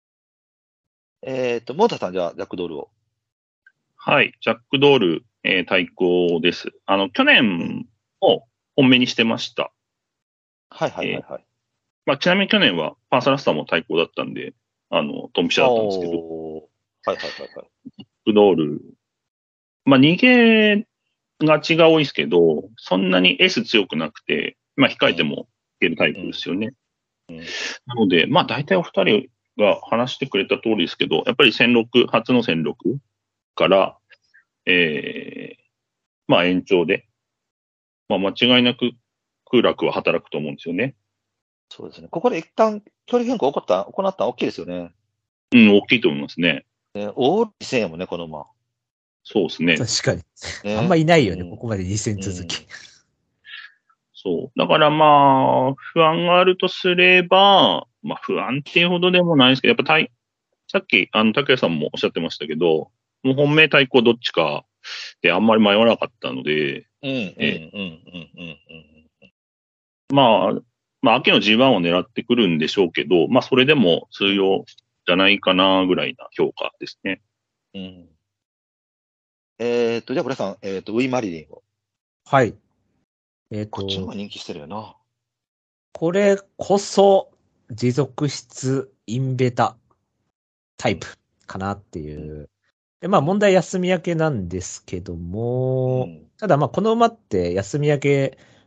えっと、モーターさんじゃあ、ジャックドールを。 はい。ジャックドール、えー対抗です。あの、去年を本命にしてました。 はいはいはいはい。 まあ、ちなみに去年はパンサラッサも対抗だったんで、あの、ドンピシャだったんですけど、ジおーはいはいはいはい。 ャックドール、まあ、逃げがちが多いですけど、そんなに S 強くなくて、まあ、控えてもいけるタイプですよね。 うんなので、まあ、大体お二人が話してくれた通りですけど、やっぱり戦六、初の戦六から、えー、まあ、延長で、まあ、間違いなく空楽は働くと思うんですよね。 そうですね。ここで一旦距離変更起こった、行ったの大きいですよね。 うん、大きいと思いますね。 ね大にせんやもんね、この馬。 そうですね。 確かに。 ねあんまいないよね、 うんここまでに戦続き。 そう。だからまあ、不安があるとすれば、まあ不安っていうほどでもないですけど、やっぱ対、さっき、あの、竹谷さんもおっしゃってましたけど、もう本命対抗どっちかであんまり迷わなかったので、 うん、うん、うん、 えうん、うん、うん。 まあ、まあ、秋の ジーワン を狙ってくるんでしょうけど、まあ、それでも通用じゃないかな、ぐらいな評価ですね。 うんえっと、じゃあ、ブラさん、えっと、ウィン・マリリンを。 はい。えっ、とこっちの方が、人気してるよな。 これこそ持続質インベタタイプかなっていう。で、まあ問題休み明けなんですけども、 うんただまあこの馬って休み明け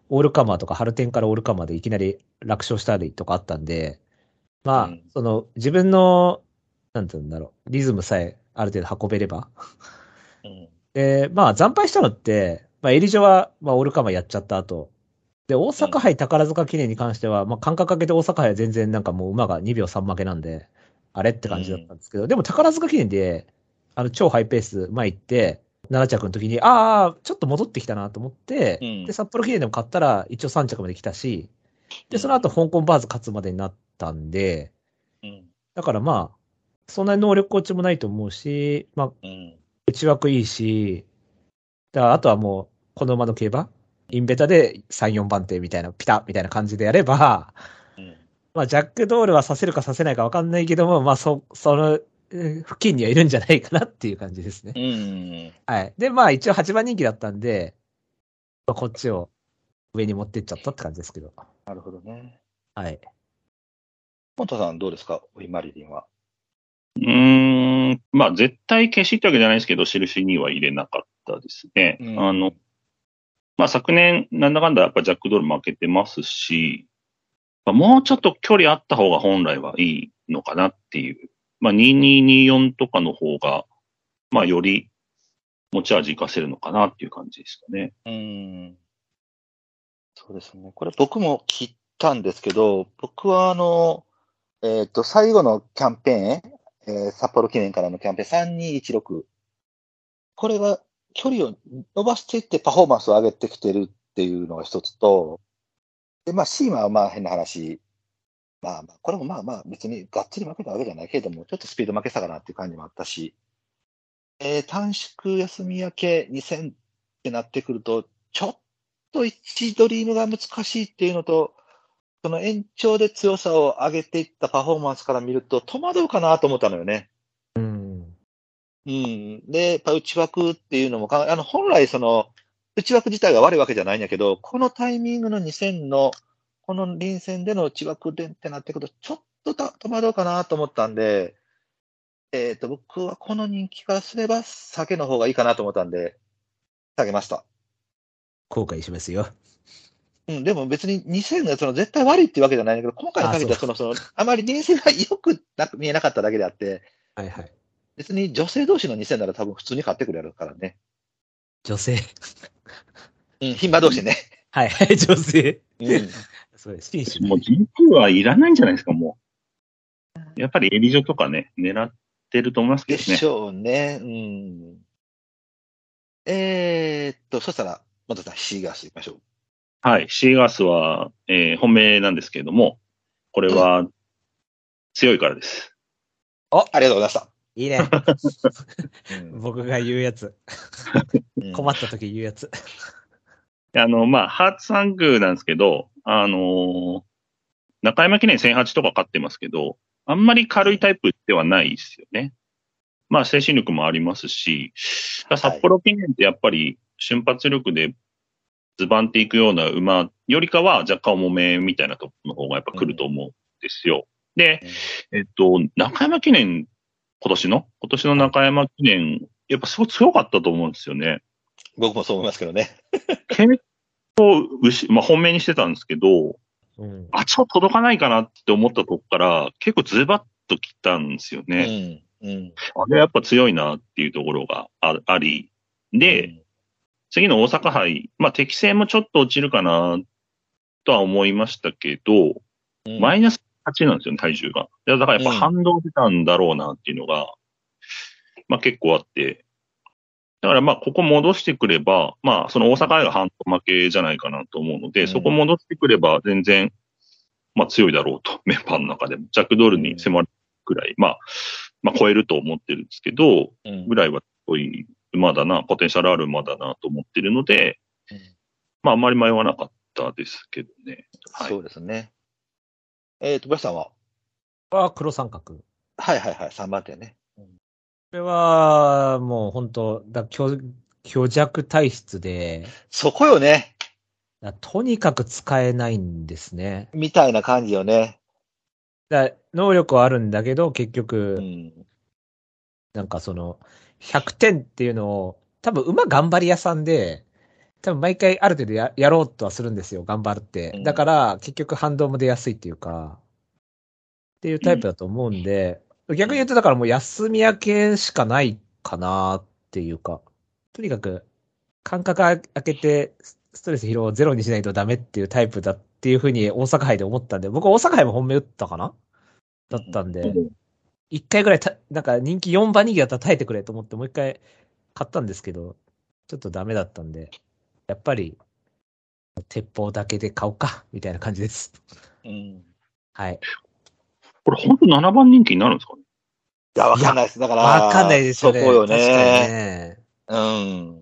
オールカマーとか、春天からオールカマーでいきなり楽勝したりとかあったんで、まあ、 うんその、自分の、なんて言うんだろう、リズムさえある程度運べれば。 うんで、まあ、惨敗したのって、まあ、エリジョは、まあ、オールカマーやっちゃった後、で、大阪杯宝塚記念に関しては、まあ、間隔かけて大阪杯は全然なんかもう馬がにびょうさん負けなんで、あれって感じだったんですけど、でも宝塚記念で、あの、超ハイペース前行って、なな着の時に、ああ、ちょっと戻ってきたなと思って、 うんで、札幌記念でも勝ったら一応さん着まで来たし、で、 うんその後香港バーズ勝つまでになったんで、 うんだからまあ、そんなに能力落ちもないと思うし、まあ、 うん内枠いいし、だからあとはもう、この馬の競馬インベタでさん、よんばん手みたいな、ピタッみたいな感じでやれば、 うんまあ、ジャックドールはさせるかさせないか分かんないけども、まあ、そ、その、えー付近にはいるんじゃないかなっていう感じですね。 うんはい。で、まあ、一応はちばん人気だったんで、まあ、こっちを上に持ってっちゃったって感じですけど。 なるほどね。 はい。 本田さんどうですか、オイマリリンは。 うーん、まあ絶対消しってわけじゃないですけど、印には入れなかったですね。 うんあの、まあ昨年、なんだかんだやっぱジャックドール負けてますし、まあ、もうちょっと距離あった方が本来はいいのかなっていう。まあににーにーよんとかの方が、まあより持ち味活かせるのかなっていう感じですかね。 うん。そうですね。これ僕も聞いたんですけど、僕はあの、えっと、最後のキャンペーン、えー札幌記念からのキャンペーンさんにいちろく。これが距離を伸ばしていってパフォーマンスを上げてきてるっていうのが一つと、で、まあ、シーマはまあ変な話。まあまあ、これもまあまあ別にがっつり負けたわけじゃないけれども、ちょっとスピード負けたかなっていう感じもあったし、えー短縮休み明けにせんってなってくると、ちょっといちドリームが難しいっていうのと、その延長で強さを上げていったパフォーマンスから見ると戸惑うかなと思ったのよね。 うん。 うん。で、やっぱ内枠っていうのも考え、あの、本来その、内枠自体が悪いわけじゃないんやけど、このタイミングのにせんの、この臨戦での内枠でってなってくると、ちょっとた戸惑うかなと思ったんで、えっと、僕はこの人気からすれば、酒の方がいいかなと思ったんで、下げました。 後悔しますよ。 うん、でも別ににせんがその絶対悪いっていうわけじゃないんだけど、今回に限ってはあその、その、あまり臨戦がよくなく見えなかっただけであって、 はいはい。 別に女性同士のにせんなら多分普通に勝ってくれるからね。 女性。 うん、牝馬同士ね。 はいはい、女性。 うん。 そうです。紳士もう ジーピー はいらないんじゃないですか、もう。やっぱりエリジョとかね、狙ってると思いますけでどね。 しょうね。うん。えーっと、そしたら、またさん、シーガース行きましょう。 はい。シーガースは、えー本命なんですけれども、これは強いからです。 ありがとうございました。 いいね。 うん僕が言うやつ。 うん困った時言うやつ。 あの、まあ、ハーツサングなんですけど、あのー中山記念せんはちとか勝ってますけど、あんまり軽いタイプではないですよね。まあ、精神力もありますし、札幌記念ってやっぱり瞬発力でズバンっていくような馬よりかは若干重めみたいなとこの方がやっぱ来ると思うんですよ。で、えっと、中山記念、今年の今年の中山記念、やっぱすごい強かったと思うんですよね。 僕もそう思いますけどね。 結構、牛、まあ本命にしてたんですけど、 うん。 あ、ちょっと届かないかなって思ったとこから、結構ズバッと来たんですようね。 ん。うん。 あれやっぱ強いなっていうところがああり。で、次の大阪杯、まあ適正もちょっと落ちるかなとは思いましたけど、 うん、 マイナスはちなんですよね、体重が。だからやっぱ反動出たんだろうなっていうのが、まあ結構あって。だからまあここ戻してくれば、まあその大阪杯が半負けじゃないかなと思うので、 うんそこ戻してくれば全然、まあ強いだろうと、メンバーの中でも。ジャックドールに迫るくらい、まあ、まあ超えると思ってるんですけど、 うんぐらいはすごい馬だな、ポテンシャルある馬だなと思ってるので、 うんまああんまり迷わなかったですけどね。はい。 そうですね。えっと、ブラスさんはは黒三角。こはいはいはい、さんばん手ね。 れは、もう本当だ虚、虚弱体質で、 そこよね。 だとにかく使えないんですね。 みたいな感じよね。 だ能力はあるんだけど、結局、 うん。 なんかその、ひゃくてんっていうのを、多分馬頑張り屋さんで、 多分毎回ある程度 や, やろうとはするんですよ、頑張るって。だから、結局反動も出やすいっていうか、っていうタイプだと思うんで、うん、逆に言うとだからもう休み明けしかないかなっていうか、とにかく、間隔空けて、ストレス疲労をゼロにしないとダメっていうタイプだっていうふうに大阪杯で思ったんで、僕大阪杯も本命打ったかなだったんで、一回ぐらいた、なんか人気よんばん人気だったら耐えてくれと思ってもう一回買ったんですけど、ちょっとダメだったんで、やっぱり、鉄砲だけで買おうか、みたいな感じです。 うん。 はい。 これ本当ななばん人気になるんですかね？ いや、わかんないです。だから、 わかんないですよね。 そこよね。 確かにね。 うん。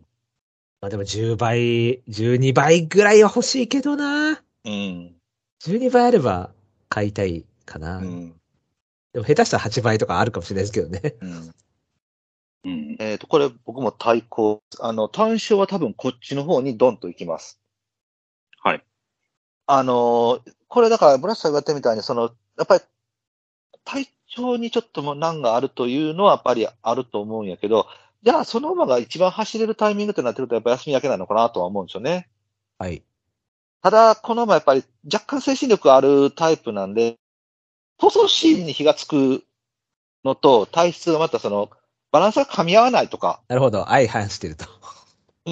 まあでもじゅうばい、じゅうにばいぐらいは欲しいけどな。 うん。 じゅうにばいあれば買いたいかな。うん、でも下手したらはちばいとかあるかもしれないですけどね。 うんうん、えっと、これ僕も対抗。あの、単勝は多分こっちの方にドンと行きます。 はい。 あの、これだから、ブラスさんが言ってみたいに、その、やっぱり、体調にちょっとも難があるというのはやっぱりあると思うんやけど、じゃあその馬が一番走れるタイミングってなってくると、やっぱ休み明けなのかなとは思うんですよね。 はい。 ただ、この馬やっぱり若干精神力あるタイプなんで、闘争シーンに火がつくのと、体質がまたその、バランスが噛み合わないとか。 なるほど。相反してると。 うん、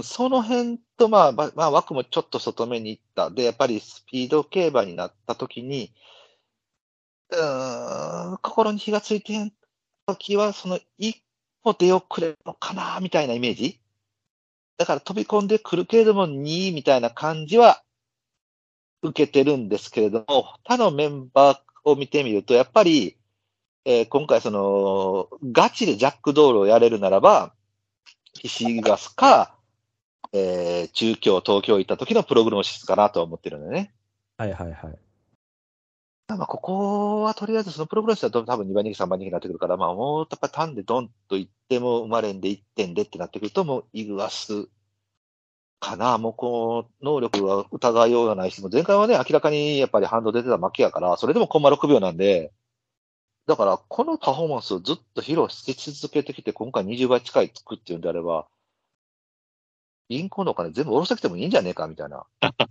その辺と、まあ、まあ、枠もちょっと外目に行った。で、やっぱりスピード競馬になった時に、うーん、心に火がついてん時は、その一歩出遅れるのかな、みたいなイメージ。だから飛び込んでくるけれどもにいみたいな感じは受けてるんですけれども、他のメンバーを見てみると、やっぱり、えー、今回その、ガチでジャックドールをやれるならば、石ガスか、えー、中京、東京行った時のプログノシスかなとは思ってるんだよね。 はいはいはい。 まあ、ここはとりあえずそのプログノシスは多分にばん人気、さんばん人気になってくるから、まあ、もうやっぱり単でドンと言っても生まれんでいってんでってなってくると、もうイグアスかな。もうこう、能力は疑いようがないし、もう前回はね、明らかにやっぱりハンド出てた負けやから、それでもコンマろくびょうなんで、だからこのパフォーマンスをずっと披露し続けてきて、今回にじゅうばい近いつくっていうんであれば、銀行のお金全部下ろしてきてもいいんじゃねえかみたいな。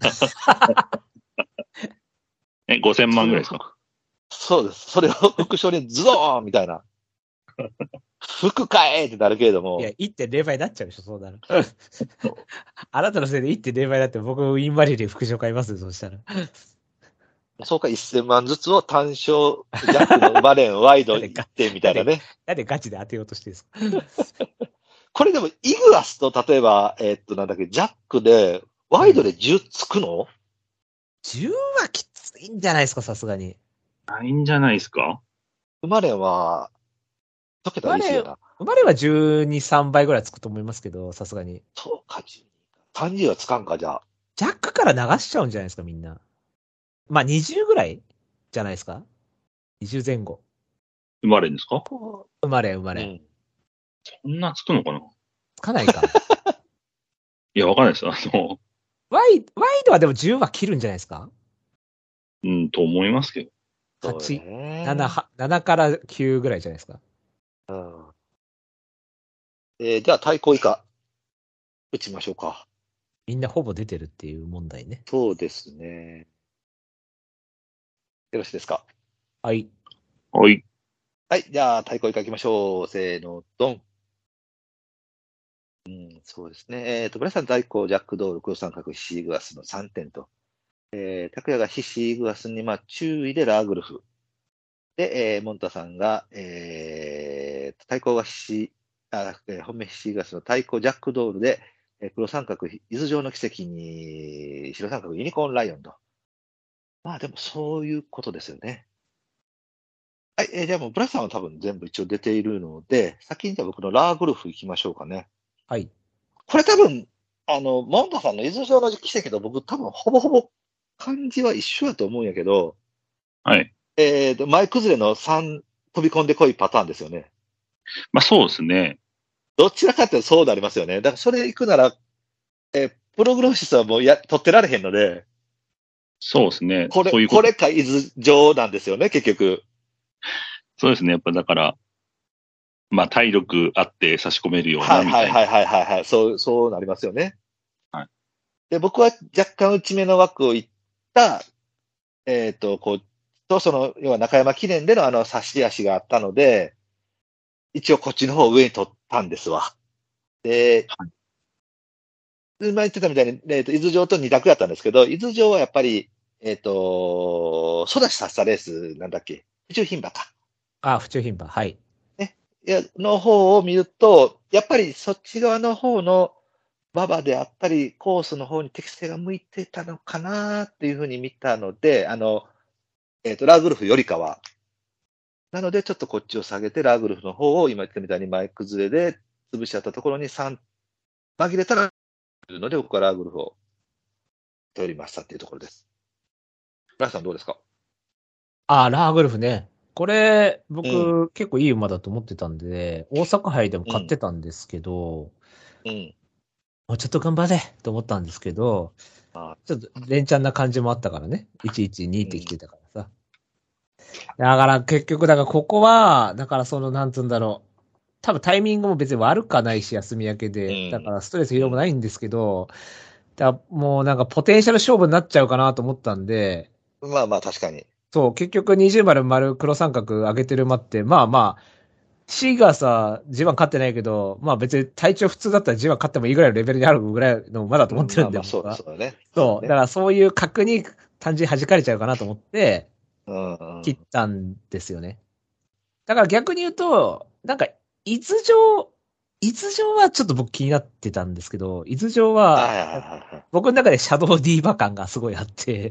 え、ごせんまんぐらいですか？ そうです。それを副賞にズドーンみたいな。服買えってなるけれども。 いや、いってんれいばいになっちゃうでしょ、そうなる。あなたのせいで いってんれいばいになって僕ウィンバリーで副賞買いますよ、そうしたら。 そうか、せんまんずつを単勝、ジャックのバレン、ワイドいってんみたいなね。 なんでガチで当てようとしてるんですか？ これでも、イグアスと、例えば、えー、っと、なんだっけ、ジャックで、ワイドでじゅうつくの、うん、 じゅうはきついんじゃないですか、さすがに。 ないんじゃないですか？ 生まれは、解けたらいいですよな。 生まれはじゅうに、さんばいぐらいつくと思いますけど、さすがに。 そうか、さんじゅうはつかんか、じゃあ。 ジャックから流しちゃうんじゃないですか、みんな。まあ、にじゅうぐらいじゃないですか ?にじゅう 前後。 生まれんですか？ 生まれ、生まれ。うん、 そんなつくのかな？ つかないか。 いや、わかんないです。あの、 ワイ、ワイドはでもじゅうは切るんじゃないですか？ うん、と思いますけど。 はち、なな、ななからきゅうぐらいじゃないですか。 うん。えー、じゃあ、対抗以下、打ちましょうか。 みんなほぼ出てるっていう問題ね。 そうですね。よろしいですか？ はい。 はい。 はい。じゃあ、対抗以下行きましょう。せーの、ドン。うん、そうですね。えっ、ー、と、ブラさん対抗、ジャックドール、黒三角、ヒシーグアスのさんてんと。えー、拓也がヒシーグアスに、まあ、注意でラーグルフ。で、えー、モンタさんが、えー、対抗がヒシ、あ、えー、本命ヒシーグアスの対抗、ジャックドールで、えー、黒三角、伊豆城の奇跡に、白三角、ユニコーンライオンと。まあ、でも、そういうことですよね。はい、えー、じゃあもう、ブラさんは多分全部一応出ているので、先にじゃあ僕のラーグルフ行きましょうかね。 はい。 これ多分、あの、モンタさんの伊豆城の奇跡と僕多分ほぼほぼ感じは一緒だと思うんやけど、 はい。 えっ、ー、と、前崩れのさん飛び込んでこいパターンですよね。 まあそうですね。 どちらかっていうとそうなりますよね。だからそれ行くなら、えー、プログノシスはもうや、取ってられへんので、 そうですね。 これ、 そういうことこれか伊豆城なんですよね、結局。 そうですね。やっぱだから、まあ体力あって差し込めるようなみたいな。 はいはいはいはいはい、はい。そう、そうなりますよね。 はい。 で、僕は若干内目の枠をいった、えっ、と、こう、と、その、要は中山記念でのあの差し足があったので、一応こっちの方を上に取ったんですわ。で、 はい今言ってたみたいに、えっ、と、伊豆城と二択やったんですけど、伊豆城はやっぱり、えっ、と、ソダシさせたレースなんだっけ、府中牝馬か。 あ、府中牝馬。はい。 いや、の方を見ると、やっぱりそっち側の方の馬場であったり、コースの方に適性が向いてたのかなっていうふうに見たので、あの、えっ、と、ラーグルフよりかは。なので、ちょっとこっちを下げて、ラーグルフの方を今言ったみたいに前崩れで潰しちゃったところにさん、紛れたら、というので、僕はラーグルフを取りましたっていうところです。ライさんどうですか？ あ、ラーグルフね。これ、僕、 う結構いい馬だと思ってたんで、大阪杯でも買ってたんですけど、 うん。 もうちょっと頑張れと思ったんですけど、 あちょっと連チャンな感じもあったからね。いちいちにってきてたからさ。だから結局、だからここは、だからその、なんつうんだろう。多分タイミングも別に悪くはないし、休み明けで。 うんだからストレス疲労もないんですけど、だもうなんかポテンシャル勝負になっちゃうかなと思ったんで、 まあまあ、確かに。 そう、結局にじゅう丸丸黒三角上げてる馬って、まあまあ、C がさ、ジーワン勝ってないけど、まあ別に体調普通だったら ジーワン勝ってもいいぐらいのレベルにあるぐらいの馬だと思ってるんで、 まあまあ、そう僕はそうだね。 そう、だからそういう角に単純に弾かれちゃうかなと思って、 うんうん。 切ったんですよね。だから逆に言うと、なんか、伊豆城、伊豆城はちょっと僕気になってたんですけど、伊豆城は、 はいはいはいはい。 僕の中でシャドウディーバ感がすごいあって、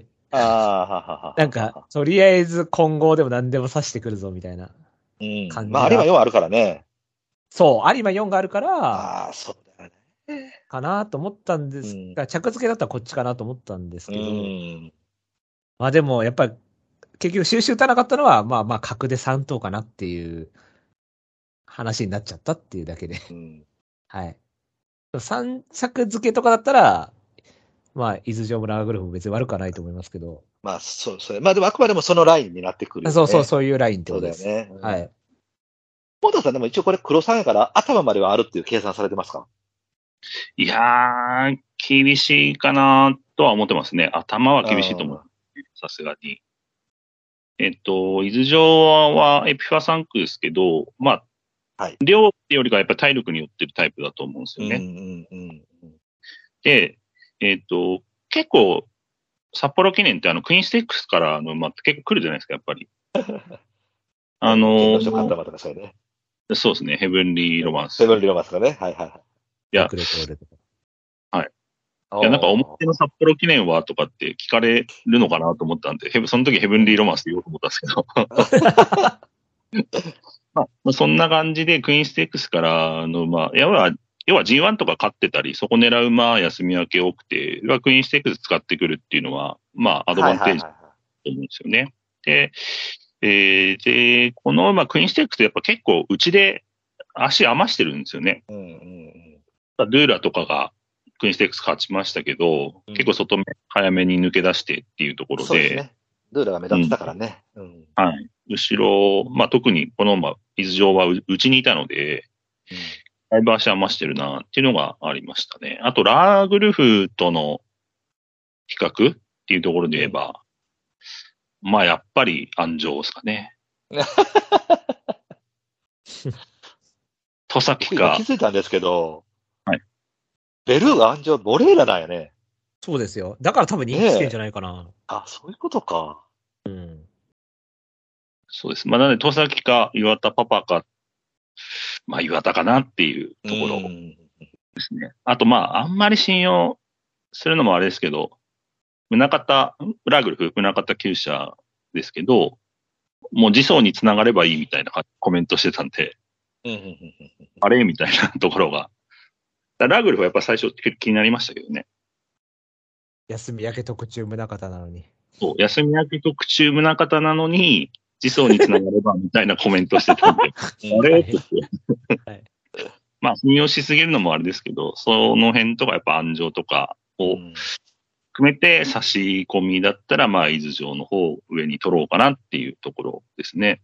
ああ、はははは。 なんか、とりあえず混合でも何でも刺してくるぞみたいなうん。 感じまあ、有馬が。 よんあるからね。 そう、有馬よんがあるから、 ああ、そうだよね。 かなと思ったんですうんが、着付けだったらこっちかなと思ったんですうけど、 ん。 まあでも、やっぱり、結局収集打たなかったのは、まあまあ、角でさん等かなっていう話になっちゃったっていうだけで。 うん。 はい。さん着付けとかだったら、まあ、伊豆城村グルフも別に悪くはないと思いますけど。 まあ、そう、それ。まあでもあくまでもそのラインになってくるよね。 そうそう、そういうラインってそうことです。 だよね。 は。い。 ポータさんでも一応これ黒さんやから頭まではあるっていう計算されてますか？ いやー、厳しいかなとは思ってますね。頭は厳しいと思う。さすがに。えっと、伊豆城はエピファさん区ですけど、まあ、 はい。 量ってよりかやっぱり体力によってるタイプだと思うんですよね。 うんうんうんうん。 で、えっと、結構、札幌記念ってあの、クイーンステックスからあの、まあ、結構来るじゃないですか、やっぱり。あの天皇賞勝った馬とかそうね。 そうですね、ヘブンリーロマンス。 セブンリロマンスかね。はいはいはい。 いやレクレコールとか。 いや、なんか表の札幌記念はとかって聞かれるのかなと思ったんで、ヘブその時ヘブンリーロマンスって言おうと思ったんですけど。まあ、そんな感じで、クイーンステークスからの、まあ、要は、要は ジーワン とか勝ってたり、そこ狙う馬休み明け多くて、クイーンステークス使ってくるっていうのは、まあ、アドバンテージだと思うんですよね。で、えー、で、この、まあ、クイーンステークスってやっぱ結構内で足余してるんですよね。 うんうんうん。 ドゥーラとかがクイーンステークス勝ちましたけど、 うん結構外目早めに抜け出してっていうところで、 そうですね。ルールが目立ってたからね。うん。 はい。後ろ、まあ、特にこの馬、伊豆城はううちにいたので、だいぶ足余してるなっていうのがありましたね。あと、ラーグルフとの比較っていうところで言えば、まあ、やっぱり安城ですかね。戸崎か僕今気、づいたんですけど、 はい。 ベルーガ安城モレーラなんやね。 そうですよ。だから多分人気してんじゃないかな。 あ、そういうことか。 うん。 そうです。まあ、なので、戸崎か、岩田パパか、まあ、岩田かなっていうところでうんすね。あと、まあ、あんまり信用するのもあれですけど、宗像、ラーグルフ、宗像厩舎ですけど、もう次走につながればいいみたいなコメントしてたんで、 うんうんうんうんあれみたいなところが。ラーグルフはやっぱ最初気になりましたけどね。 休み明け特注宗像なのに。 そう、休み明け特注宗像なのに、次走につながればみたいなコメントしてたんで、あれって言って。 はいまあ、信用しすぎるのもあれですけど、その辺とかやっぱ安城とかをうん含めて差し込みだったら、まあ、伊豆城の方を上に取ろうかなっていうところですね。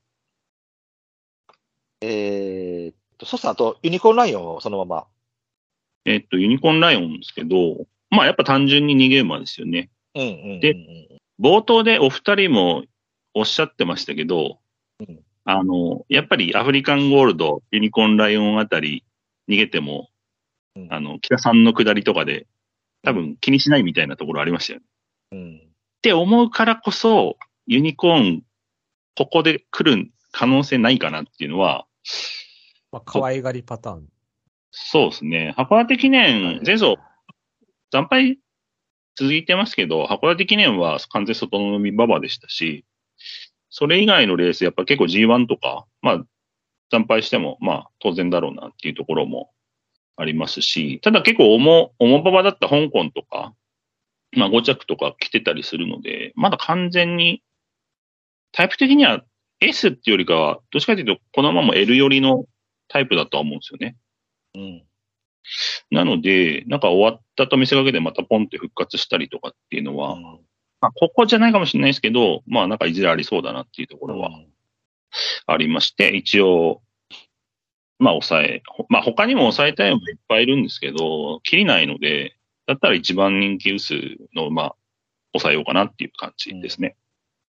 えーっと、そうさん、あとユニコーンライオンをそのまま。 えっと、ユニコーンライオンですけど、 まあやっぱ単純ににゲーマーですよね。 うんうんうんうん。 で冒頭でお二人もおっしゃってましたけど、 うんあの、やっぱりアフリカンゴールド、ユニコーンライオンあたり逃げても、 うんあの、北さんの下りとかで、多分気にしないみたいなところありましたよね。 うんって思うからこそ、ユニコーン、ここで来る可能性ないかなっていうのは、 まあ、可愛がりパターン。 そうですね。函館記念、前走、惨敗続いてますけど、函館記念は完全外の海馬場でしたし、それ以外のレース、やっぱ結構 ジーワン とか、まあ、惨敗しても、まあ、当然だろうなっていうところもありますし、ただ結構重、重馬場だった香港とか、まあご着とか来てたりするので、まだ完全に、タイプ的には S っていうよりかは、どっちかというと、このまま L 寄りのタイプだとは思うんですよね。 うんなので、なんか終わったと見せかけでまたポンって復活したりとかっていうのは、 うんまあここじゃないかもしれないですけど、まあなんかいずれありそうだなっていうところはありまして、一応、まあ抑え、まあ他にも抑えたいのがいっぱいいるんですけど、切りないので、だったら一番人気薄の、まあ、抑えようかなっていう感じですね。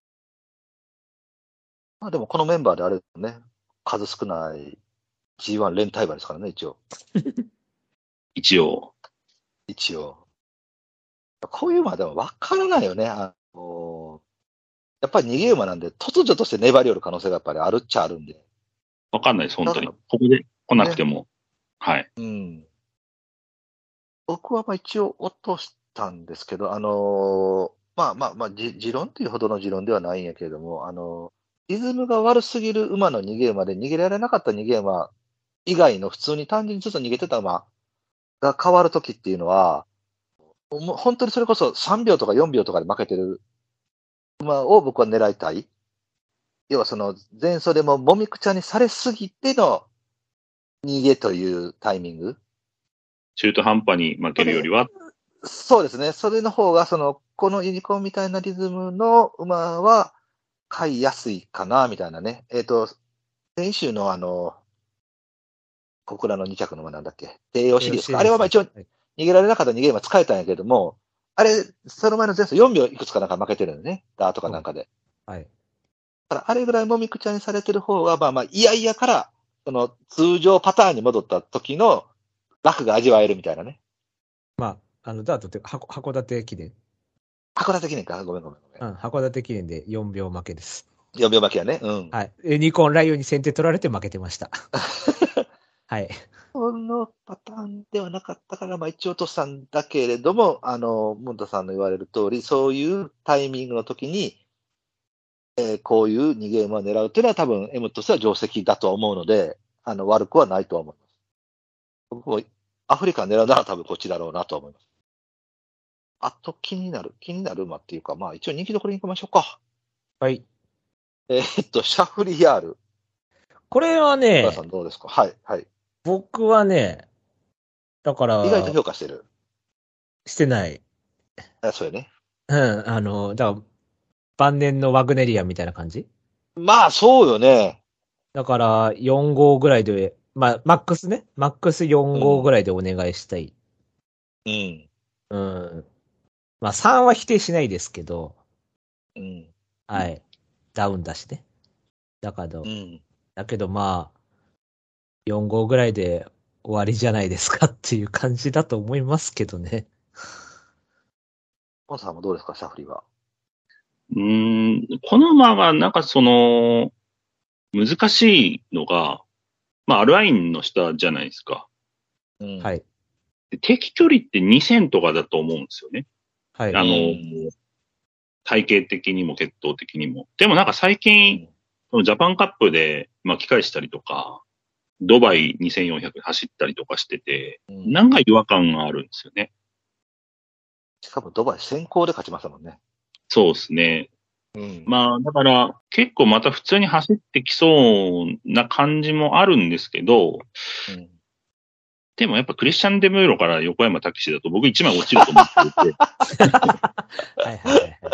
まあでもこのメンバーであれね、数少ない ジーワン 連帯馬ですからね、一応。 一応。 一応。こういう馬でも分からないよね。あのやっぱり逃げ馬なんで、突如として粘り寄る可能性がやっぱりあるっちゃあるんで。 わかんないです、本当に。 だかここで来なくても。はい。 うん。僕はまあ一応落としたんですけど、あのーまあまあまあ、じ持論っていうほどの持論ではないんやけれども、あのーリズムが悪すぎる馬の逃げ馬で逃げられなかった逃げ馬以外の普通に単純にずっと逃げてた馬が変わるときっていうのは、もう本当にそれこそさんびょうとかよんびょうとかで負けてる馬を僕は狙いたい。要はその前走でももみくちゃにされすぎての逃げというタイミング。 中途半端に負けるよりは。 そうですね。それの方が、その、このユニコーンみたいなリズムの馬は飼いやすいかな、みたいなね。えっ、と、先週のあの、小倉のに着の馬なんだっけ帝王シリーズか。あれはまあ一応、逃げられなかった逃げ馬使えたんやけども、あれ、その前の前走よんびょういくつかなんか負けてるのね。ダーとかなんかで。 はい。 だからあれぐらいもみくちゃにされてる方が、まあまあ、いやいやから、その通常パターンに戻った時の楽が味わえるみたいなね。 まあ、あの、ダートって函函館記念。 函館記念か。ごめんごめんごめん。 うん、函館記念でよんびょう負けです。 よんびょう負けやね。うん。 はい。ユニコーンライオンに先手取られて負けてました。はい。 このパターンではなかったから、まあ一応落としたんだけれども、あの、ムンタさんの言われる通り、そういうタイミングの時に、えーこういう逃げ馬を狙うっていうのは多分 M としては定石だとは思うので、あの、悪くはないとは思います。僕もアフリカ狙うなら多分こっちだろうなとは思います。あと気になる、気になる馬っていうか、まあ一応人気どころに行きましょうか。 はい。 えーっと、シャフリヤール。 これはおね母さ、んどうですか？はい、はい。 僕はね、だから、 意外と評価してる。 してない。 あ、そうやね。 うん、あの、だから、晩年のワグネリアンみたいな感じまあそうよね。 だから、よん号ぐらいで、まあ、マックスね。マックスよん号ぐらいでお願いしたい。 うん。 うん。まあ、さんは否定しないですけど、 うん。 はい。ダウンだしね。だけど、 うん。 だけどまあ、よん号ぐらいで終わりじゃないですかっていう感じだと思いますけどね。 ポンさんもどうですか、シャフリーは。 うーん、この馬がなんかその、難しいのが、まあ、アルアインの下じゃないですか。 うん。。 はいい。 で敵距離ってにせんとかだと思うんですよね。 はい。 あの、 うん体型的にも血統的にも。でもなんか最近、そのジャパンカップで巻き返したりとか、ドバイにせんよんひゃく走ったりとかしてて、 うんなんか違和感があるんですよね。 しかもドバイ先行で勝ちましたもんね。 そうですね。 うん。 まあ、だから結構また普通に走ってきそうな感じもあるんですけど、 うんでもやっぱクリスチャン・デムーロから横山武史だと僕一枚落ちると思っていて、 はいはいはいはい。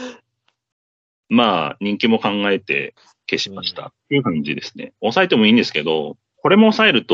まあ人気も考えて消しましたっていう感じですね。抑えてもいいんですけど、これも抑えると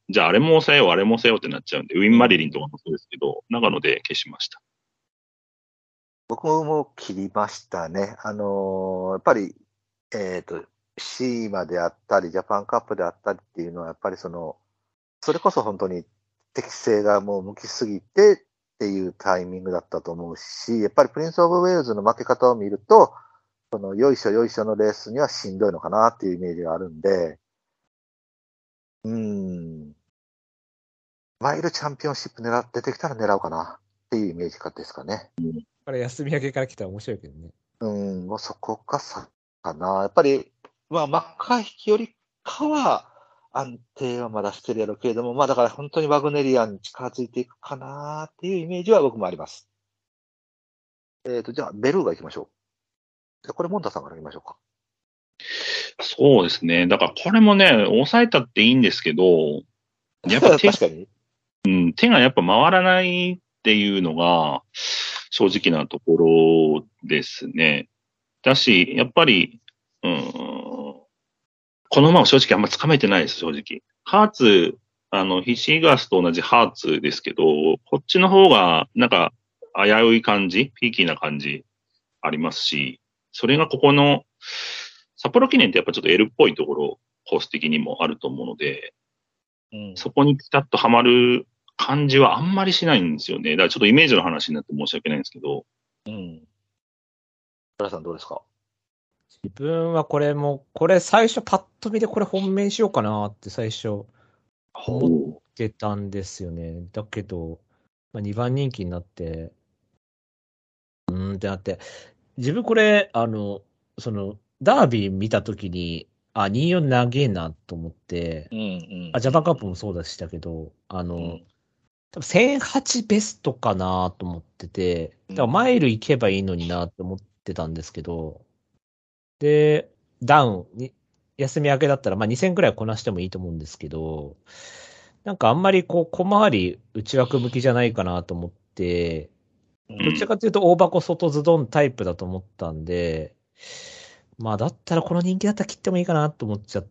じゃああれも抑えよう、あれも抑えようってなっちゃうんで、ウィン・マリリンとかもそうですけど、長野で消しました。 僕も切りましたね。あのーやっぱり、えっ、と、シーマであったり、ジャパンカップであったりっていうのは、やっぱりその、それこそ本当に適性がもう向きすぎてっていうタイミングだったと思うし、やっぱりプリンス・オブ・ウェールズの負け方を見ると、その、よいしょよいしょのレースにはしんどいのかなっていうイメージがあるんで、うーん、マイルチャンピオンシップ狙って出てきたら狙うかなっていうイメージかですかね。 これ休み明けから来たら面白いけどね。 うん、もうそこかさ、かな。やっぱり、まあ、マッカー引きよりかは、安定はまだしてるやろうけれども、まあだから本当にワグネリアンに近づいていくかなっていうイメージは僕もあります。えっ、と、じゃあ、ベルーガ行きましょう。じゃあこれ、モンタさんから行きましょうか。 そうですね。だからこれもね、抑えたっていいんですけど、やっぱ手確かに。 うん、手がやっぱ回らないっていうのが正直なところですね。だし、やっぱり、うん、この馬は正直あんまつかめてないです、正直。ハーツ、あの、ヒシガスと同じハーツですけど、こっちの方が、なんか、危うい感じ、ピーキーな感じありますし、それがここの、札幌記念ってやっぱちょっと L っぽいところ、コース的にもあると思うので、 うん、 そこにピタッとはまる感じはあんまりしないんですよね。だからちょっとイメージの話になって申し訳ないんですけど。 うん。村さんどうですか？ 自分はこれも、これ最初パッと見でこれ本命しようかなって最初思ってたんですよね。だけど、まあ、にばん人気になって、うーんってなって、自分これ、あの、その、ダービー見たときに、あ、にじゅうよん長えなと思って、 うんうん。 あ、ジャパンカップもそうでしたけど、あの、 うん多分せんはちベストかなと思ってて、だからマイル行けばいいのになって思ってたんですけど、で、ダウンに、休み明けだったら、まあにせんくらいこなしてもいいと思うんですけど、なんかあんまりこう、小回り内枠向きじゃないかなと思って、 うんどちらかというと大箱外ズドンタイプだと思ったんで、まあだったらこの人気だったら切ってもいいかなと思っちゃって、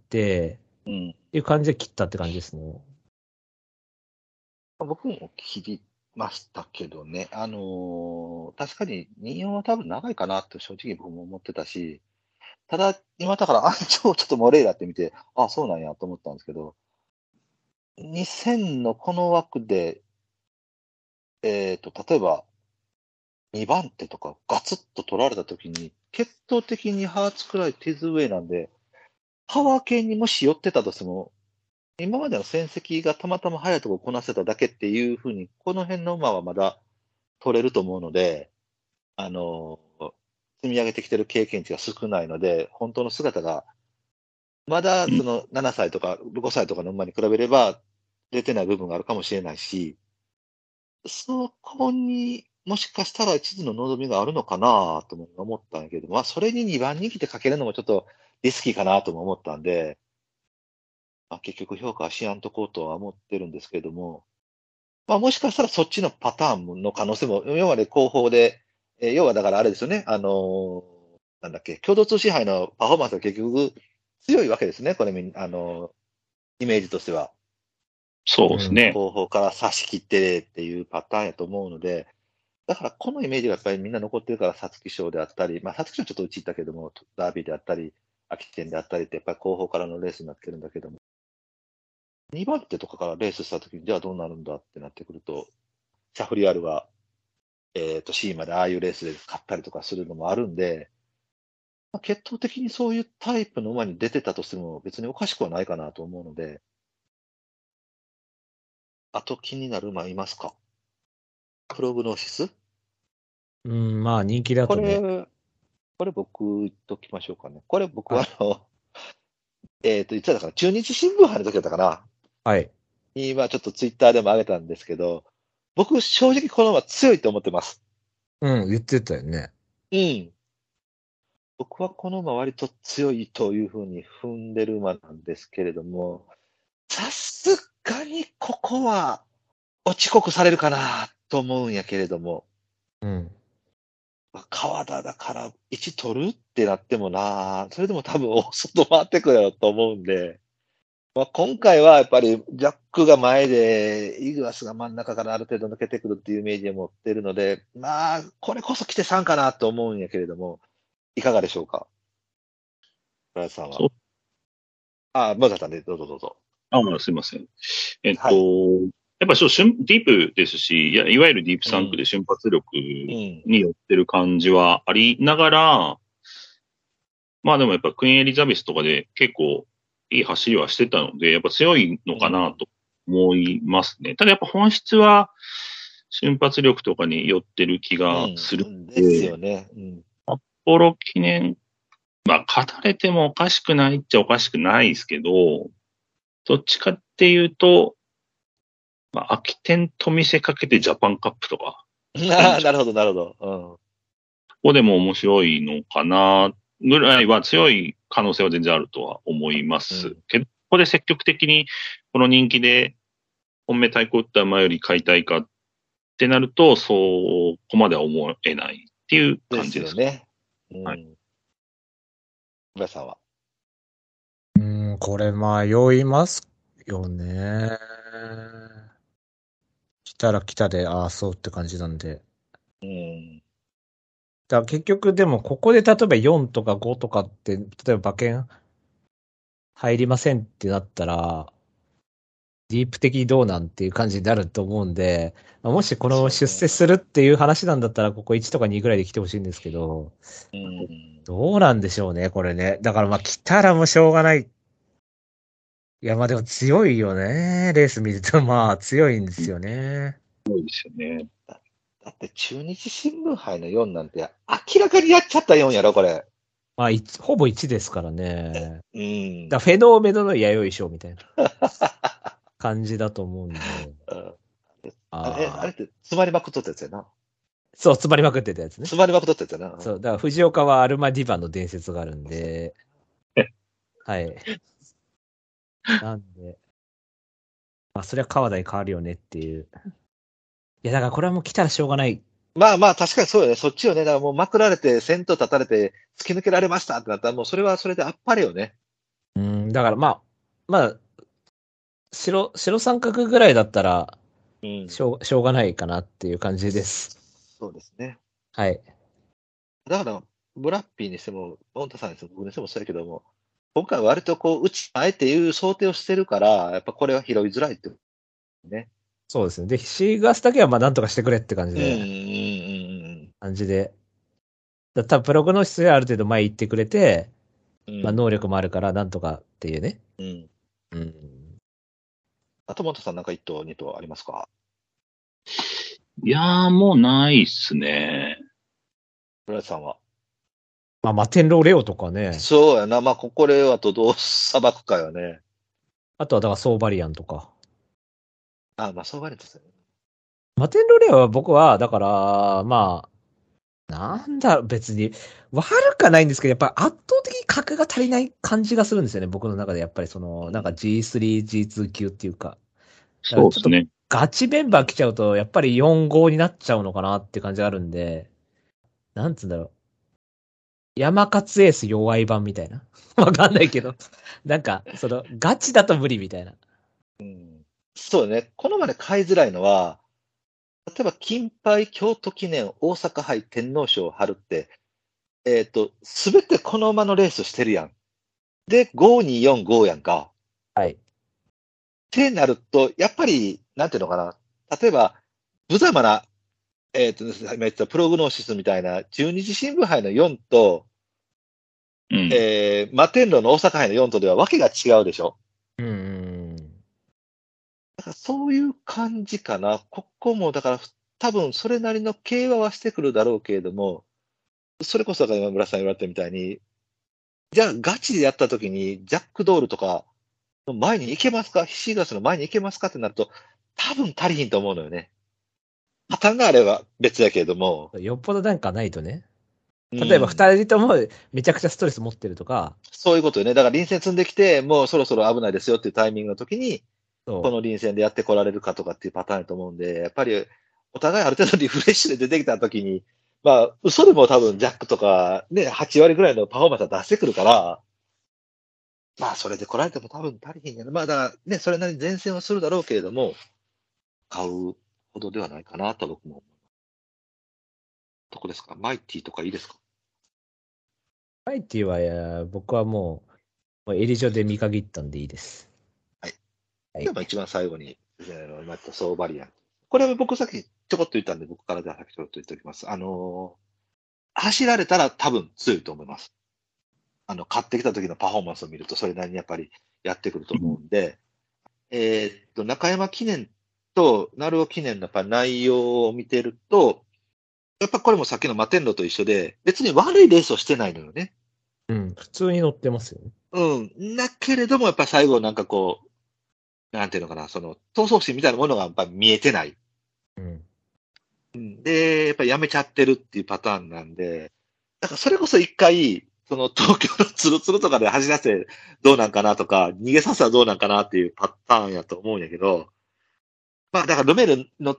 うんっていう感じで切ったって感じですね。 僕も切りましたけどね、あのー確かににじゅうよんは多分長いかなって正直僕も思ってたし、ただ、今だから、あ、ちょ、ちょっとモレイラって見て、あ、そうなんやと思ったんですけど、にせんのこの枠で、えっと、例えばにばん手とかガツッと取られたときに、決闘的にハーツくらいティズウェイなんで、パワー系にもし寄ってたとしても、今までの戦績がたまたま速いところをこなせただけっていうふうに、この辺の馬はまだ取れると思うので、あの、積み上げてきてる経験値が少ないので、本当の姿が、まだそのななさいとかごさいとかの馬に比べれば出てない部分があるかもしれないし、そこにもしかしたら一途の望みがあるのかなとも思ったんやけど、まあそれににばん人気でかけるのもちょっとリスキーかなとも思ったんで、まあ、結局評価はしやんとこうとは思ってるんですけども、まあもしかしたらそっちのパターンの可能性も、要はね、後方で、えー要はだからあれですよね、あのーなんだっけ、共同通支配のパフォーマンスが結局強いわけですね、これ、あのーイメージとしては。 そうですね。 後方から差し切ってっていうパターンやと思うので、だからこのイメージがやっぱりみんな残ってるから、皐月賞であったり、まあ皐月賞はちょっとうち行ったけども、ダービーであったり、秋天であったりって、やっぱり後方からのレースになってるんだけども、にばん手とかからレースしたときに、じゃあどうなるんだってなってくると、シャフリヤールが、えっ、と、シーまでああいうレースで勝ったりとかするのもあるんで、まあ、決闘的にそういうタイプの馬に出てたとしても別におかしくはないかなと思うので、あと気になる馬いますか？プログノーシスうん、まあ人気だことね。 れ、これ僕言っときましょうかね。これ僕ははいあの、えっと、いつだったかな、中日新聞杯の時だったかな。 はい。 今ちょっとツイッターでも上げたんですけど、僕正直この馬強いと思ってます。 うん、言ってたよね。 うん。僕はこの馬割と強いというふうに踏んでる馬なんですけれども、さすがにここは落ちこくされるかなと思うんやけれども、 うん。 川田だからいち取るってなってもな、それでも多分外回ってくるよと思うんで、 まあ、今回はやっぱりジャックが前で、イグアスが真ん中からある程度抜けてくるっていうイメージを持っているので、まあ、これこそ来てさんかなと思うんやけれども、いかがでしょうか、村田さんは。 そうあ、村田さんで、どうぞどうぞ。 あ、すいません。えっと、 はい、 やっぱりそう瞬ディープですし、いやいわゆるディープサンクで瞬発力に寄ってる感じはありながら、うん、まあでもやっぱクイーンエリザベスとかで結構いい走りはしてたので、やっぱ強いのかなと思いますね。うん、ただやっぱ本質は瞬発力とかに寄ってる気がする、うん。 ですよね。うん、 札幌記念、まあ勝たれてもおかしくないっちゃおかしくないですけど、どっちかっていうと、まあ、空き店と見せかけてジャパンカップとか。 ああ、なるほど、なるほど。うん。ここでも面白いのかな、ぐらいは強い可能性は全然あるとは思います。うん、けど、ここで積極的にこの人気で本命対抗打った馬より買いたいかってなると、そこまでは思えないっていう感じです。 ですよね。うん、 はい。 村さんは。 うん、これ迷いますよね。来たら来たで、ああ、そうって感じなんで。 うん。 だから結局でもここで例えばよんとかごとかって、例えば馬券入りませんってなったら、ディープ的にどうなんっていう感じになると思うんで、もしこの出世するっていう話なんだったら、ここいちとかにぐらいで来てほしいんですけど、 うん、 どうなんでしょうね、これね。だからまあ来たらもうしょうがない。いやまあでも強いよね。レース見るとまあ強いんですよね。 そうですよね。 だ, だって中日新聞杯のよんなんて明らかにやっちゃったよんやろ、これ。 まあほぼいちですからね。 うん。 だフェノーメノの弥生賞みたいな感じだと思うんで。 うん、 ああれ、あれって詰まりまくっとったやつやな。 そう、詰まりまくってたやつね。 詰まりまくっとったやつやな。 そう、だから藤岡はアルマディバの伝説があるんで、はい。なんで、まあ、それは川田に変わるよねっていう。いや、だからこれはもう来たらしょうがない。 まあまあ、確かにそうよね。そっちよね。だからもうまくられて、先頭立たれて、突き抜けられましたってなったら、もうそれはそれであっぱれよね。 うん、だからまあ、まあ、白、白三角ぐらいだったら、 うん。 しょう、しょうがないかなっていう感じです。 そうですね。 はい。 だから、ブラッピーにしても、モンタさんにしても、僕にしてもそうやけども、今回は割とこう、打ち前っていう想定をしてるから、やっぱこれは拾いづらいってね。 そうですね。で、シーガスだけはまあなんとかしてくれって感じうん、うん、 で、 うん、 感じで。だ多分プログノシスである程度前行ってくれて、 うん。 まあ能力もあるからなんとかっていうね。 うん。 うん。 あと、モンタさんなんかいっ頭、に頭ありますか？ いやー、もうないっすね。 村井さんは。 まあ、マテンローレオとかね。 そうやな。まあ、ここではとどう裁くかよね。 あとはだからソーバリアンとか。 あ、まあ、そう言われてたよね。 マテンローレオは僕は、だから、まあ、なんだ、別に、悪かないんですけど、やっぱり圧倒的に格が足りない感じがするんですよね。僕の中でやっぱりその、なんか ジースリー、ジーツー 級っていうか。 そうですね。 ガチメンバー来ちゃうと、やっぱりよん号になっちゃうのかなって感じがあるんで、なんつうんだろう。山勝エース弱い版みたいな。わかんないけど。なんか、その、ガチだと無理みたいな。 うん。そうね。このまで買いづらいのは、例えば、金杯、京都記念、大阪杯、天皇賞、春って、えっ、と、すべてこの馬のレースしてるやん。で、ご、に、よん、ごやんか。 はい。 ってなると、やっぱり、なんていうのかな。例えば、無様な、えっ、と、今言ったプログノーシスみたいな、中日新聞杯のよんと、 うん。 えー、摩天楼の大阪杯のよんとではわけが違うでしょ。 うん。 だからそういう感じかな。ここも、だから、多分それなりの競馬はしてくるだろうけれども、それこそ今村さん言われたみたいに、じゃあガチでやった時に、ジャックドールとかの前に行けますか？ヒシガスの前に行けますかってなると、多分足りひんと思うのよね。破綻があれば別だけれども。 よっぽどなんかないとね。例えば二人ともめちゃくちゃストレス持ってるとか。 そういうことよね。だから臨戦積んできて、もうそろそろ危ないですよっていうタイミングの時に、この臨戦でやってこられるかとかっていうパターンだと思うんで、やっぱりお互いある程度リフレッシュで出てきた時に、まあ、嘘でも多分ジャックとかね、はち割ぐらいのパフォーマンスは出してくるから、 まあ、それで来られても多分足りひんやな。まあ、だからね、それなりに前線はするだろうけれども、買うほどではないかなと僕も思う。どこですか？マイティとかいいですか？ マイティは、いや僕はもう、もうエリジョで見限ったんでいいです。 はい。 はいでも一番最後に、今言ったソーバリアン。これは僕さっきちょこっと言ったんで、僕からでは先ちょっと言っておきます。あのー、走られたら多分強いと思います。あの、買ってきた時のパフォーマンスを見ると、それなりにやっぱりやってくると思うんで、えーっと、中山記念と鳴尾記念のやっぱ内容を見てると、やっぱこれもさっきのマテンロと一緒で、別に悪いレースをしてないのよね。 うん、普通に乗ってますよね。 うん。だけれども、やっぱ最後なんかこう、なんていうのかな、その、闘争心みたいなものがやっぱ見えてない。 うん。 うんで、やっぱりやめちゃってるっていうパターンなんで、だからそれこそ一回、その東京のツルツルとかで走らせどうなんかなとか、逃げさせはどうなんかなっていうパターンやと思うんやけど、まあだからルメール乗って、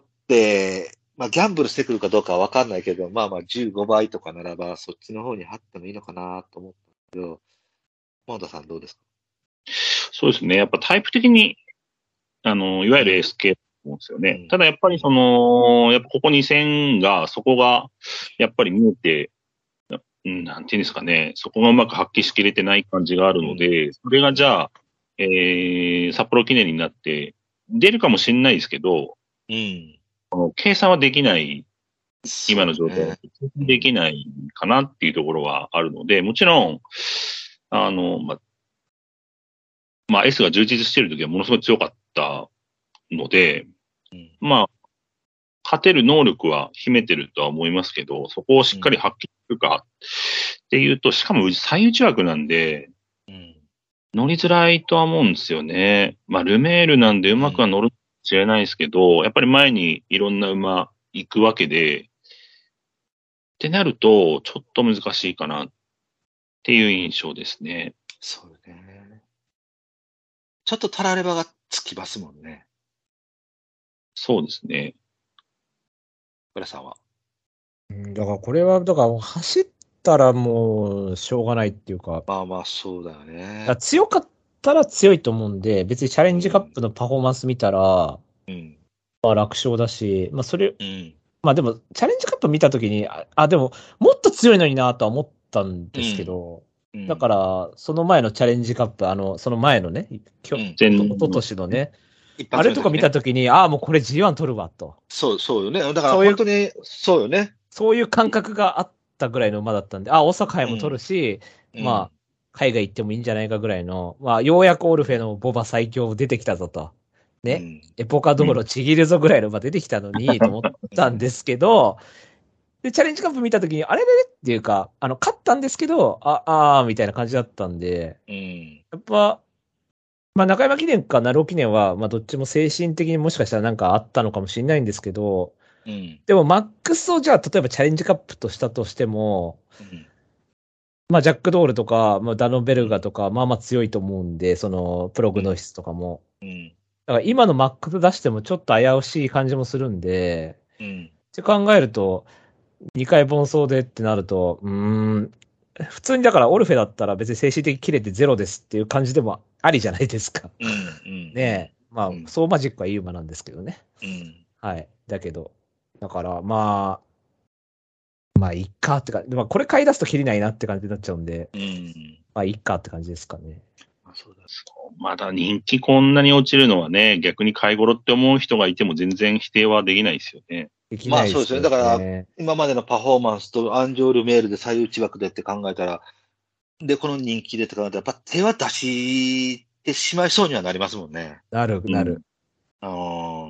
まあギャンブルしてくるかどうかはわかんないけど、まあまあじゅうごばいとかならば、そっちの方に張ってもいいのかなと思ったけど、モンタさんどうですか？ そうですね。やっぱタイプ的に、あの、いわゆるエース系だと思うんですよね。 うんただやっぱりその、やっぱここに戦が、そこが、やっぱり見えて、うん、なんていうんですかね、そこがうまく発揮しきれてない感じがあるので、それがじゃあ、えー、札幌記念になって、出るかもしれないですけど、 うん。 計算はできない、今の状態はそうねできないかなっていうところはあるので、もちろん、あの、ま、まあ、S が充実している時はものすごい強かったので、 うんまあ、勝てる能力は秘めてるとは思いますけど、そこをしっかり発揮するかっていうと、しかも最内枠なんで、 うん乗りづらいとは思うんですよね。まあ、ルメールなんでうまくは乗るかもしれないですけど、やっぱり前にいろんな馬行くわけで、ってなると、ちょっと難しいかなっていう印象ですね。 そうね。ちょっとたらればがつきますもんね。 そうですね。 浦さんは。 うんだからこれは、だから走ったらもうしょうがないっていうか、 まあまあ、そうだよだかねら。強かったら強いと思うんで、別にチャレンジカップのパフォーマンス見たら、 うん。 まあ楽勝だし、まあそれ、 うん。 まあでも、チャレンジカップ見たときに、あ、あでも、もっと強いのになとは思ったんですけど、 うんだから、その前のチャレンジカップ、あの、その前のね、今日、 全一昨年のね、 一あれとか見たときに、ああ、もうこれ ジーワン 取るわと。 そう、そうよね。だからそういう本当に、そうよね。 そういう感覚があったぐらいの馬だったんで、あ、大阪杯も取るし、 うんまあ、海外行ってもいいんじゃないかぐらいの、まあ、ようやくオルフェのボバ最強出てきたぞと。ね。 うんエポカ道路ちぎるぞぐらいの馬出てきたのに、と思ったんですけど、で、チャレンジカップ見たときに、あれれれっていうか、あの、勝ったんですけど、あ、あーみたいな感じだったんで、 うん。 やっぱ、まあ、中山記念か鳴尾記念は、まあ、どっちも精神的にもしかしたらなんかあったのかもしれないんですけど、 うん。 でも、マックスをじゃあ、例えばチャレンジカップとしたとしても、 うん。 まあ、ジャックドールとか、まあ、ダノンベルガとか、まあまあ強いと思うんで、その、プログノイスとかも。 うん。 だから今のマックス出してもちょっと危うしい感じもするんで、 うん。 って考えると、にかい奔走でってなると、うーん、普通にだからオルフェだったら別に精神的切れてゼロですっていう感じでもありじゃないですか。 うん。うん。 ねえ。まあう、んソーマジックはいい馬なんですけどね。 うん。 はい。だけど、だからまあ、まあいっかってか、まあこれ買い出すと切りないなって感じになっちゃうんで、 うん。 まあいっかって感じですかね。 あ、そうだ。 そうまだ人気こんなに落ちるのはね、逆に買い頃って思う人がいても全然否定はできないですよね。 できないですよね。 まあそうですねだから今までのパフォーマンスとアンジョールメールで最内枠でって考えたら、で、この人気でって考えたら、やっぱ手は出してしまいそうにはなりますもんね。 なる、なる。 うん。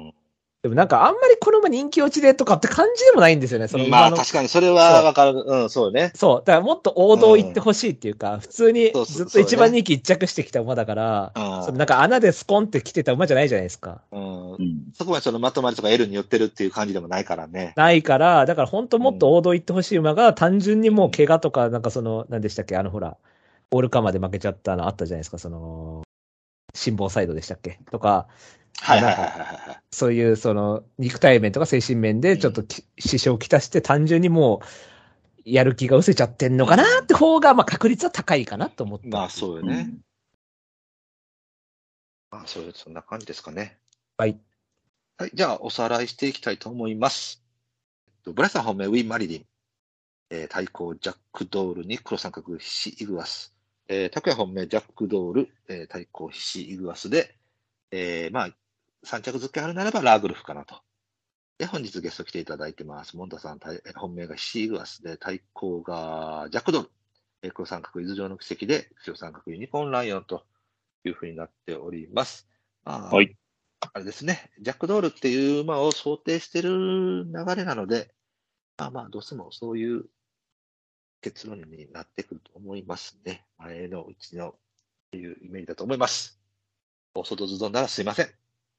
でもなんかあんまりこの馬人気落ちでとかって感じでもないんですよね。その馬のまあ確かにそれはわかる。うん、そうね。 そう。だからもっと王道行ってほしいっていうか、普通にそうそうずっと一番人気一着してきた馬だから、 うんそのなんか穴でスコンって来てた馬じゃないじゃないですか。 うんう。ん。 そこまでそのまとまりとか L に寄ってるっていう感じでもないからね。 ないから、だから本当もっと王道行ってほしい馬が単純にもう怪我とか、なんかその、何でしたっけ、あのほら、オールカマーで負けちゃったのあったじゃないですか、その、辛抱サイドでしたっけとか、 はいはいはいはいはい。 そういうその肉体面とか精神面でちょっとき、支障をきたして単純にもうやる気が失せちゃってんのかなって方が、まあ確率は高いかなと思った。 まあそうよね。 まあ、それ、そんな感じですかね。 はい。 はい。じゃあ、おさらいしていきたいと思います。えっとブライさん本命、ウィン・マリリン。えー対抗、ジャック・ドールに黒三角、ヒシ・イグアス。えー、拓也本命、ジャック・ドール、えー対抗、ヒシ・イグアスで、えー、まあ、さん着付けあるならばラーグルフかなと。で、本日ゲスト来ていただいてます。モンタさん、対本命がヒシ・イグアスで、対抗がジャック・ドール。えー黒三角、伊豆城の奇跡で、黒三角、ユニコーン・ライオンというふうになっております。まあ、 はい。 あれですね、ジャック・ドールっていう馬を想定している流れなので、まあまあ、どうしてもそういう結論になってくると思いますね。前のうちのっていうイメージだと思います。お外ズドンならすいません。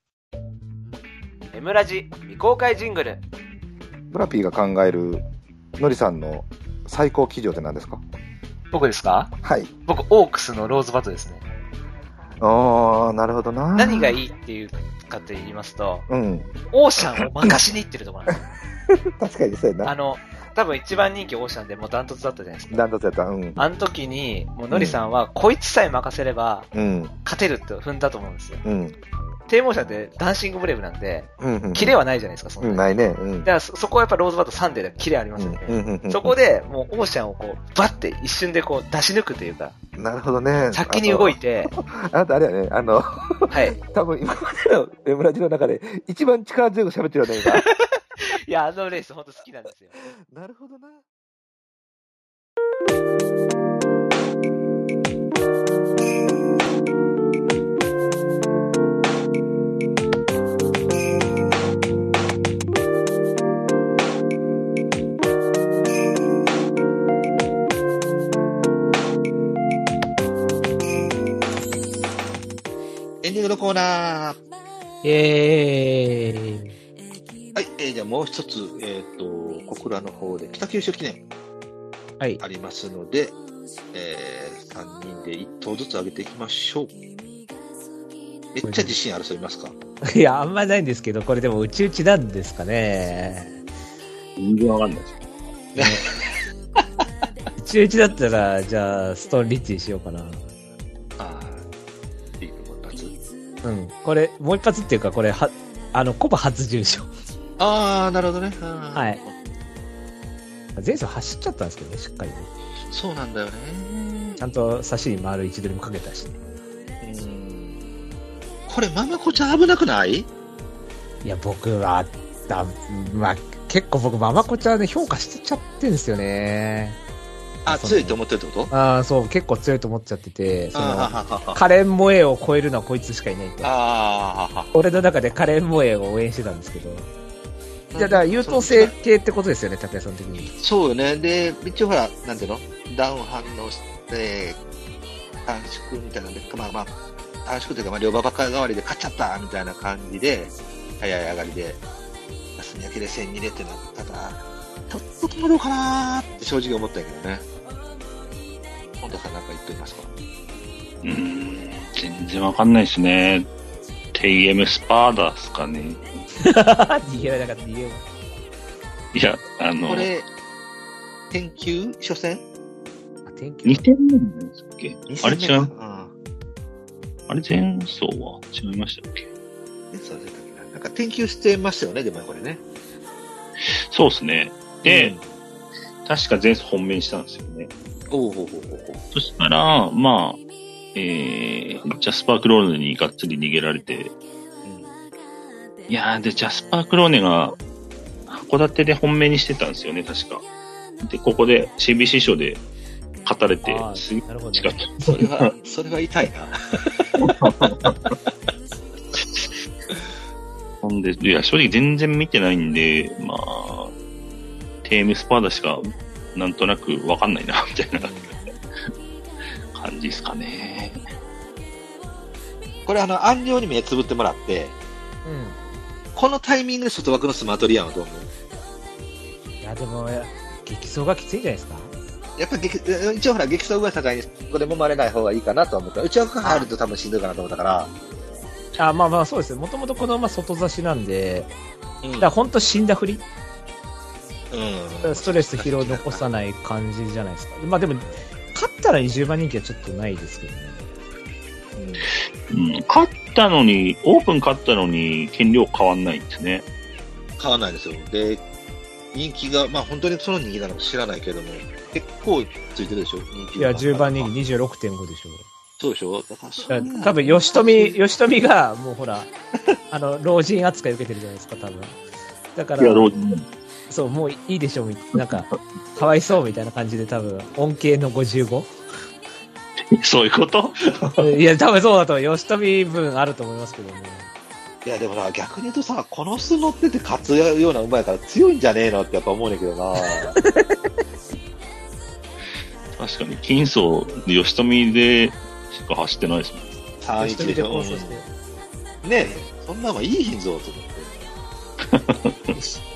エムラジ未公開ジングル。 ブラピーが考えるノリさんの最高騎乗って何ですか？ 僕ですか？ はい。 僕、オークスのローズバトですね。 ああ、なるほどな。 何がいいっていうかと言いますと、 うん。 オーシャンを任しに行ってるところなんですよ。 確かにそうやな。 あの、多分一番人気オーシャンでもうダントツだったじゃないですか。 ダントツやった。うん。 あの時に、もうノリさんは、こいつさえ任せれば、 うん。 勝てるって踏んだと思うんですよ。 うん。 低モーションってダンシングブレイブなんで、 うん。うん。 キレはないじゃないですか、そんうん、 なに。 ないね。うん。 だからそ、そこはやっぱローズバトサンデーでキレありますよね。 うんうんうん、 そこで、もうオーシャンをこう、バッて一瞬でこう出し抜くというか、 なるほどね。 先に動いて、 あなたあれやね、あの、 はい。 多分今までのエムラジの中で一番力強く喋ってるよね、今。 いや、あのレース本当好きなんですよ。 なるほどな。 エンディングのコーナー。 イエーイ。 はい。えーじゃあもう一つ、えっ、と、小倉の方で北九州記念はい。 ありますので、えー、さんにんでいっ頭ずつ上げていきましょう。めっちゃ自信争いますか？ いや、あんまないんですけど、これでもうちうちなんですかね。 全然わかんないです。 うちうちだったら、じゃあ、ストーンリッチにしようかな。 あー、いいと思います。 うん。これ、もう一発っていうか、これ、は、あの、コバ初重賞。 あー、なるほどね。ははい。前走走っちゃったんですけどね、しっかりね。 そうなんだよね。 ちゃんと差しに回る位置取りもかけたしね。 うんこれ、ママコちゃん危なくない？ いや、僕は、だまあ、結構僕、ママコちゃんで評価してちゃってんですよね。 あ、 そう強いと思ってるってこと？ ああ、そう、結構強いと思っちゃってて、その、 あーははははカレンモエを超えるのはこいつしかいないと。 あーはは俺の中でカレンモエを応援してたんですけど。じゃあ、だから優等生系ってことですよね、拓也さん的に。 そうよね。で、一応ほら、なんていうのダウン反応して、短縮みたいなんで、まあまあ、短縮というか、まあ、両馬ばっか代わりで勝っちゃったみたいな感じで、早い上がりで、休み明けでせんにでってなったら、ちょっと戸惑うかなーって正直思ったんやけどね。本田さんなんか言ってみますか？ うーん、全然わかんないですね。テイエムスパーダーすかね。 逃げられなかった、逃げよう。 いや、あの、 これ、天球初戦あ、天気に戦目なんですっけ？あれ違うに戦目かあれ前走は違いましたっけ？ うん。そうだったっけななんか天球してましたよね、でもこれね。 そうですね。で、 うん確か前走本命したんですよね。 おうほうほうほうほう。 そしたら、まあ、えー、ジャスパー・クローネにがっつり逃げられて、いやー、で、ジャスパー・クローネが、函館で本命にしてたんですよね、確か。で、ここで シービーシー 賞で勝たれてあ、ーすげえなるほど近かった。 それは、それは痛いな。 ほんで、いや、正直全然見てないんで、まあ、テームスパーダしか、なんとなくわかんないな、みたいな感じですかね。 これあの、暗量に目つぶってもらって、 うん。 このタイミングで外枠のスマートリアンはどう思う？ いや、でも、激走がきついんじゃないですか？ やっぱ激、一応ほら、激走が境に、ここで揉まれない方がいいかなとは思った。内枠が入ると多分しんどいかなと思ったから。 あ、まあまあ、そうですね。もともとこの馬外差しなんで、 うんだからほんと死んだふり、 うん。 ストレス疲労残さない感じじゃないですか。まあでも、勝ったらにじゅうばん人気はちょっとないですけどね。 うん、勝ったのに、オープン勝ったのに、権量変わんないんですね。 変わんないですよ。で、人気が、まあ本当にその人気なのか知らないけども、結構ついてるでしょ、人気いや、じゅうばん人気 にじゅうろくてんご でしょ。 そうでしょだからそだんなから多分、吉富、吉富が、もうほら、あの、老人扱い受けてるじゃないですか、多分。だかいや、 ら、 老人そう、もういいでしょ、みなんか、かわいそうみたいな感じで多分、恩恵の ごじゅうご? そういうこといや、多分そうだと思う。吉富分あると思いますけどね。 いやでもな、逆に言うとさ、この人乗ってて勝つような馬やから強いんじゃねえのってやっぱ思うねんけどな。 確かに、金層、吉富でしか走ってないですもん。 さんいちでしょ。 吉富で構想して。 ねえ、そんな馬いい品ぞと思って。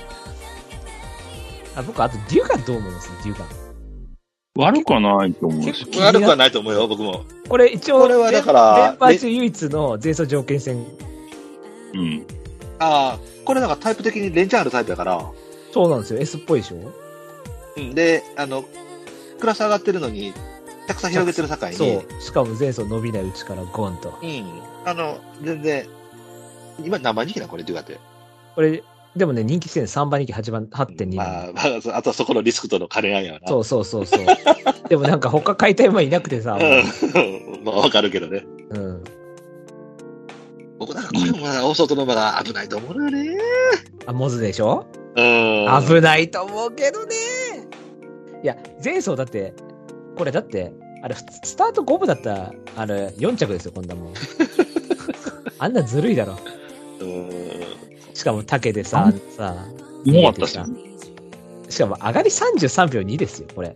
あ、僕、あと、デュガンどう思いますデュガン。 悪くはないと思うんですよ。 結構悪くはないと思うよ、僕も。 これ一応、 これはだから連覇中唯一の前走条件戦。 うん。 ああ、これなんかタイプ的にレンチャンあるタイプだから、 そうなんですよ。S っぽいでしょうん、で、あの、クラス上がってるのに、たくさん広げてる境に、 そう。しかも前走伸びないうちからゴンと。 うん、あの、全然、今何番人気なのこれ、デュガって。 これ、でもね、人気してるさんばん人気はちばん、はちてんに。 まあ、まあ、あとはそこのリスクとの兼ね合いやわな。 そうそうそうそう。でもなんか他買いたい馬いなくてさ。 うん。まあ、わかるけどね。 うん。 僕なんかこれもまだ大外の馬が危ないと思うのよね。 あ、モズでしょうん。 危ないと思うけどね。いや、前走だって、これだって、あれ、スタートごぶだったら、あれ、よん着ですよ、こんなもん。あんなずるいだろ。 うん。 しかも竹でさ、さ、 うまかったっすよ。 しかも上がりさんじゅうさんびょうにですよ、これ。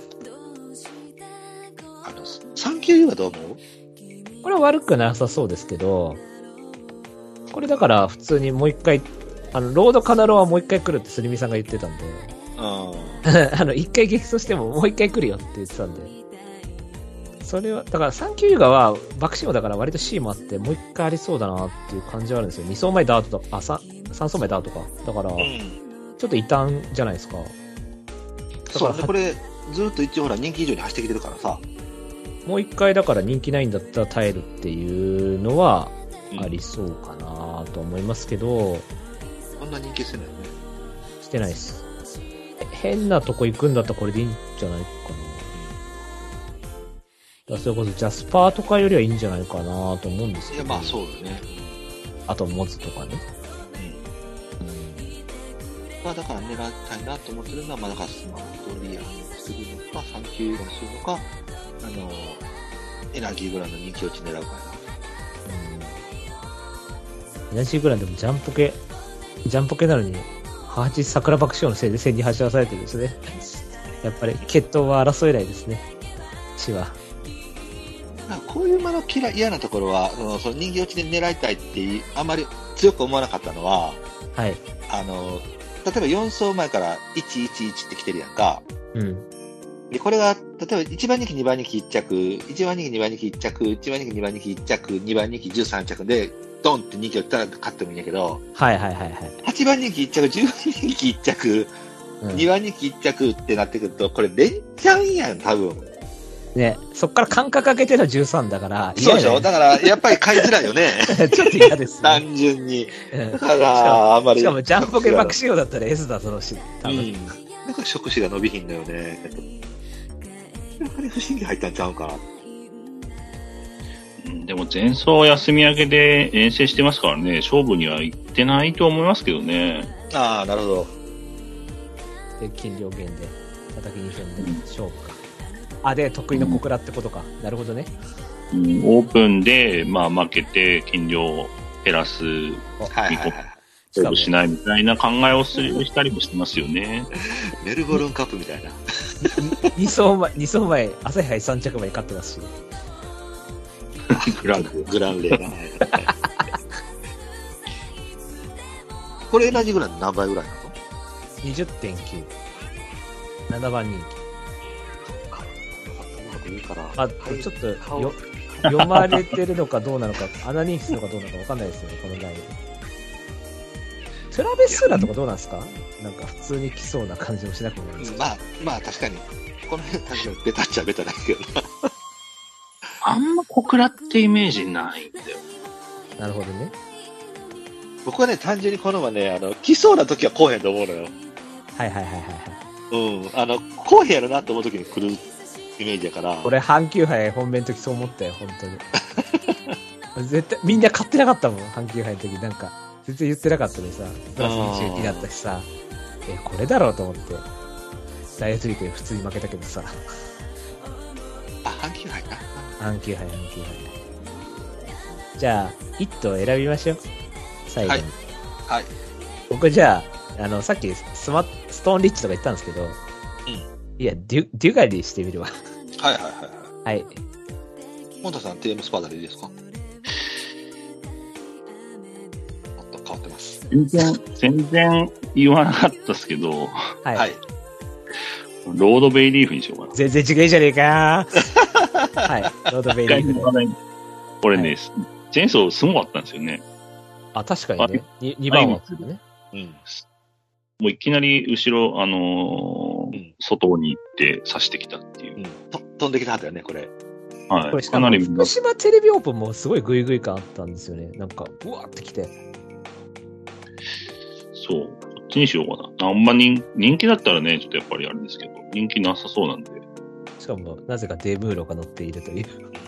あの、さん級はどう思う？ これは悪くなさそうですけど、これだから普通にもう一回、あの、ロードカナロはもう一回来るってスリミさんが言ってたんで、 うん。 あの、一回激走してももう一回来るよって言ってたんで、それは、だからさん級優雅は爆心王だから割と C もあってもう一回ありそうだなっていう感じはあるんですよ。に走前ダートとか、あ、さん走前ダートか。だから、 うん。 ちょっと異端じゃないですか。だそう、 からで、これ、ずっと一応ほら人気以上に走ってきてるからさ。 もう一回だから人気ないんだったら耐えるっていうのはうんありそうかなと思いますけど、 こんな人気してないよね。 してないです。変なとこ行くんだったらこれでいいんじゃないかな。だからそれこそジャスパーとかよりはいいんじゃないかなと思うんですけど。 いや、まあそうよね。 あとモズとかね。 まあだから狙いたいなと思ってるのは、まあだからスマートリアにするのか、さん級にするのか、あの、エナジーぐらいの人気落ち狙うかな。 エナジーぐらいでもジャンポケ、ジャンポケなのに、ハチ桜爆笑のせいで線に走らされてるんですね。やっぱり決闘は争えないですね。血は。 なんかこういう馬の嫌い嫌なところは、そのその人気落ちで狙いたいっていうあんまり強く思わなかったのは、 はい。 あの、例えばよん走前からいちいちいちって来てるやんか。 うん。 で、これが、例えばいちばん人気、にばん人気いっ着、いちばん人気、にばん人気いっ着、いちばん人気、にばん人気いっ着、にばん人気じゅうさん着で、ドンって人気落ちたら勝ってもいいんやけど、 はいはいはいはい。 はちばん人気いっ着、じゅうばん人気いっ着、 うんにばん人気いっ着ってなってくると、これ連チャンやん、多分。 ね、そっから間隔かけてのじゅうさんだから、 そうでしょだかから、やっぱり買いづらいよね。 ら、ちょっと嫌ですね。 単純に。 うんだから、あんまり。 しかもジャンポケ爆笑だったら S だぞし、多分。 うん。なんか触手が伸びひんだよね。やっぱり不思議入ったんちゃうかな。 うんでも前走休み明けで遠征してますからね、勝負には行ってないと思いますけどね。 ああ、なるほど。 で、金量減で、叩きに戦で勝負か。あ、で、得意の小倉ってことか。なるほどね。 うん、オープンで、まあ負けて、金量を減らす、 はいはいはい。 勝負しないみたいな考えをするしたりもしてますよね。 メルボルンカップみたいな。 に走前、に走前、朝日杯さん着まで勝ってますし。 グランド。 グランレーな。これ同じぐらいの何倍ぐらいなのにじゅってんきゅう。ななばん人気。 いいから。 まあ、ちょっとよ読まれてるのかどうなのか、穴人気するのかどうなのか分かんないですよね、このライン。トラベスーラとかどうなんですか？なんか普通に来そうな感じもしなくもないですけど。 まあ、まあ確かに。この辺確かにベタっちゃベタだけどな。 あんま小倉ってイメージないんだよ。 なるほどね。 僕はね、単純にこの馬ね、あの、来そうな時は来おへんと思うのよ。 はいはいはいはいはい。 うん。あの、来おへんやろなと思う時に来るイメージやから。 俺、阪急杯本命の時そう思ったよ、本当に。絶対、みんな買ってなかったもん、阪急杯の時。なんか、全然言ってなかったでさ、プラスにじゅうにだったしさ、え、これだろうと思って。ダイエットリークで普通に負けたけどさ。 あ、阪急杯か。 阪急杯、阪急杯。じゃあ、一頭選びましょう。最後に。 はい。はい。 僕じゃあ、あの、さっきスマ、ストーンリッチとか言ったんですけど、うん。いや、デュ、デュガリーしてみるわ。 はいはいはいはい。 はい。 モンタさん、テームスパーダでいいですか？あと変わってます。 全然、全然言わなかったですけど、 はい。 はい。 ロードベイリーフにしようかな。 全然違うじゃねえかー。はい。ロードベイリーフで。 これね、はい、チェーンソーすごかったんですよね。 あ、確かにね。に, にばんはするね。 うん。もういきなり後ろ、あのーうん、外に行って刺してきたっていう。うん、 と飛んできたはずだよね、これ。 はい。 これしかも福島テレビオープンもすごいグイグイ感あったんですよね。なんか、ブワーってきて。 そう。こっちにしようかな。あんま人人気だったらね、ちょっとやっぱりあれですけど、人気なさそうなんで。 しかも、なぜかデムーロが乗っているという。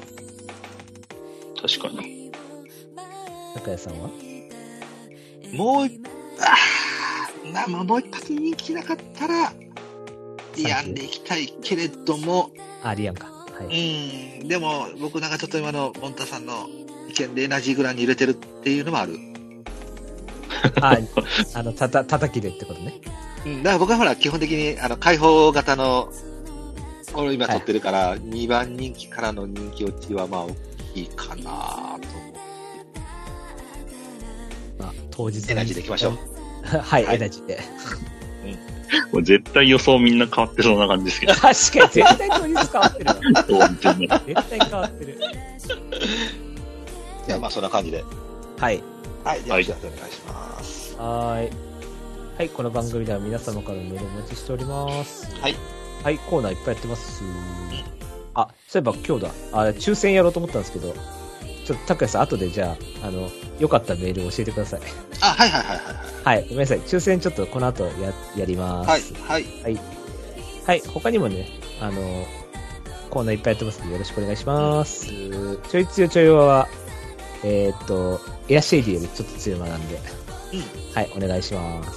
確かに。 中谷さんはもう、あなまあ、もう一発人気なかったら、やんでいきたいけれども。 あ、リアンか。はい。 うん。でも、僕なんかちょっと今のモンタさんの意見でエナジーグランに入れてるっていうのもある。 あ、あの、たた、叩きでってことね。 うん。だから僕はほら、基本的に、あの、開放型の、俺今取ってるから、はい、にばん人気からの人気落ちはまあ、大きいかなと思う。 まあ、当日エナジーでいきましょう。 はい、はい、エナジーで。 うん、絶対予想みんな変わってそうな感じですけど。 確かに、絶対当日変わってるわ。 本当に。 絶対変わってる。 じゃあ、まあ、そんな感じで。 はい。 はい、じゃあ、お願いします。 はい。はい、この番組では皆様からのメールをお待ちしております。 はい。 はい、コーナーいっぱいやってます。あ、そういえば今日だ。あ、抽選やろうと思ったんですけど、ちょっと、拓也さん、後でじゃあ、あの、良かったメールを教えてください。 あ、はいはいはいはい。 はい、ごめんなさい。抽選ちょっとこの後や、やります。 はい、はい。 はい。はい、他にもね、あの、コーナーいっぱいやってますのでよろしくお願いします。ちょい強ちょい弱は、えー、っと、エアシェイディよりちょっと強めなんで、うん、はい、お願いします。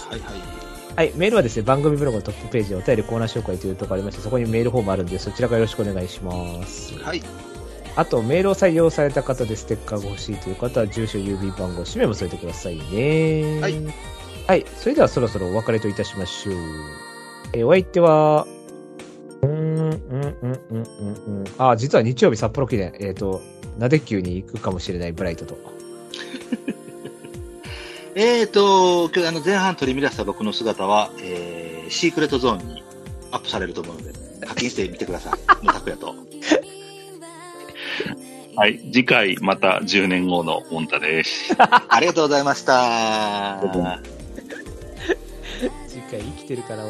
はいはい。 はい、メールはですね、番組ブログのトップページ、お便りコーナー紹介というところありまして、そこにメールフォームあるんで、そちらからよろしくお願いします。 はい。 あと、メールを採用された方でステッカーが欲しいという方は、住所、郵便番号、氏名も添えてくださいね。 はい。 はい。それではそろそろお別れといたしましょう。えー、お相手は、うーん、うん、うん、うん、うん。あ、実は日曜日札幌記念、えっと、なで級に行くかもしれないブライトと。 えーと、今日あの前半取り乱した僕の姿は、えー、シークレットゾーンにアップされると思うので、課金してみてください。もう拓也と。 はい。次回またじゅうねんごのモンタです。 ありがとうございました。 次回生きてるから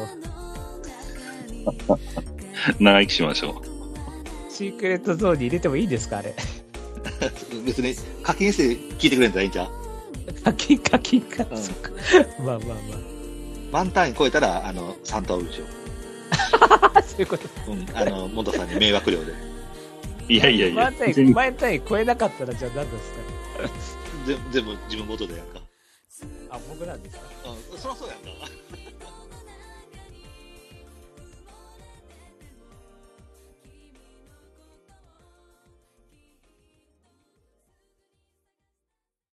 長生きしましょう。シークレットゾーンに入れてもいいですかあれ。 別に課金して聞いてくれんじゃいいんじゃん。 課金課金か。うん、そっか。まあまあまあ。 満単位超えたら、あの、さん等分しよう。そういうこと。 うん。あの、モンタさんに迷惑料で。 いやいやいや。 満単位、満単位超えなかったら、じゃあ何ですか全部自分元でやんか。 あ、僕なんですか。 うん、そりゃそうやんか。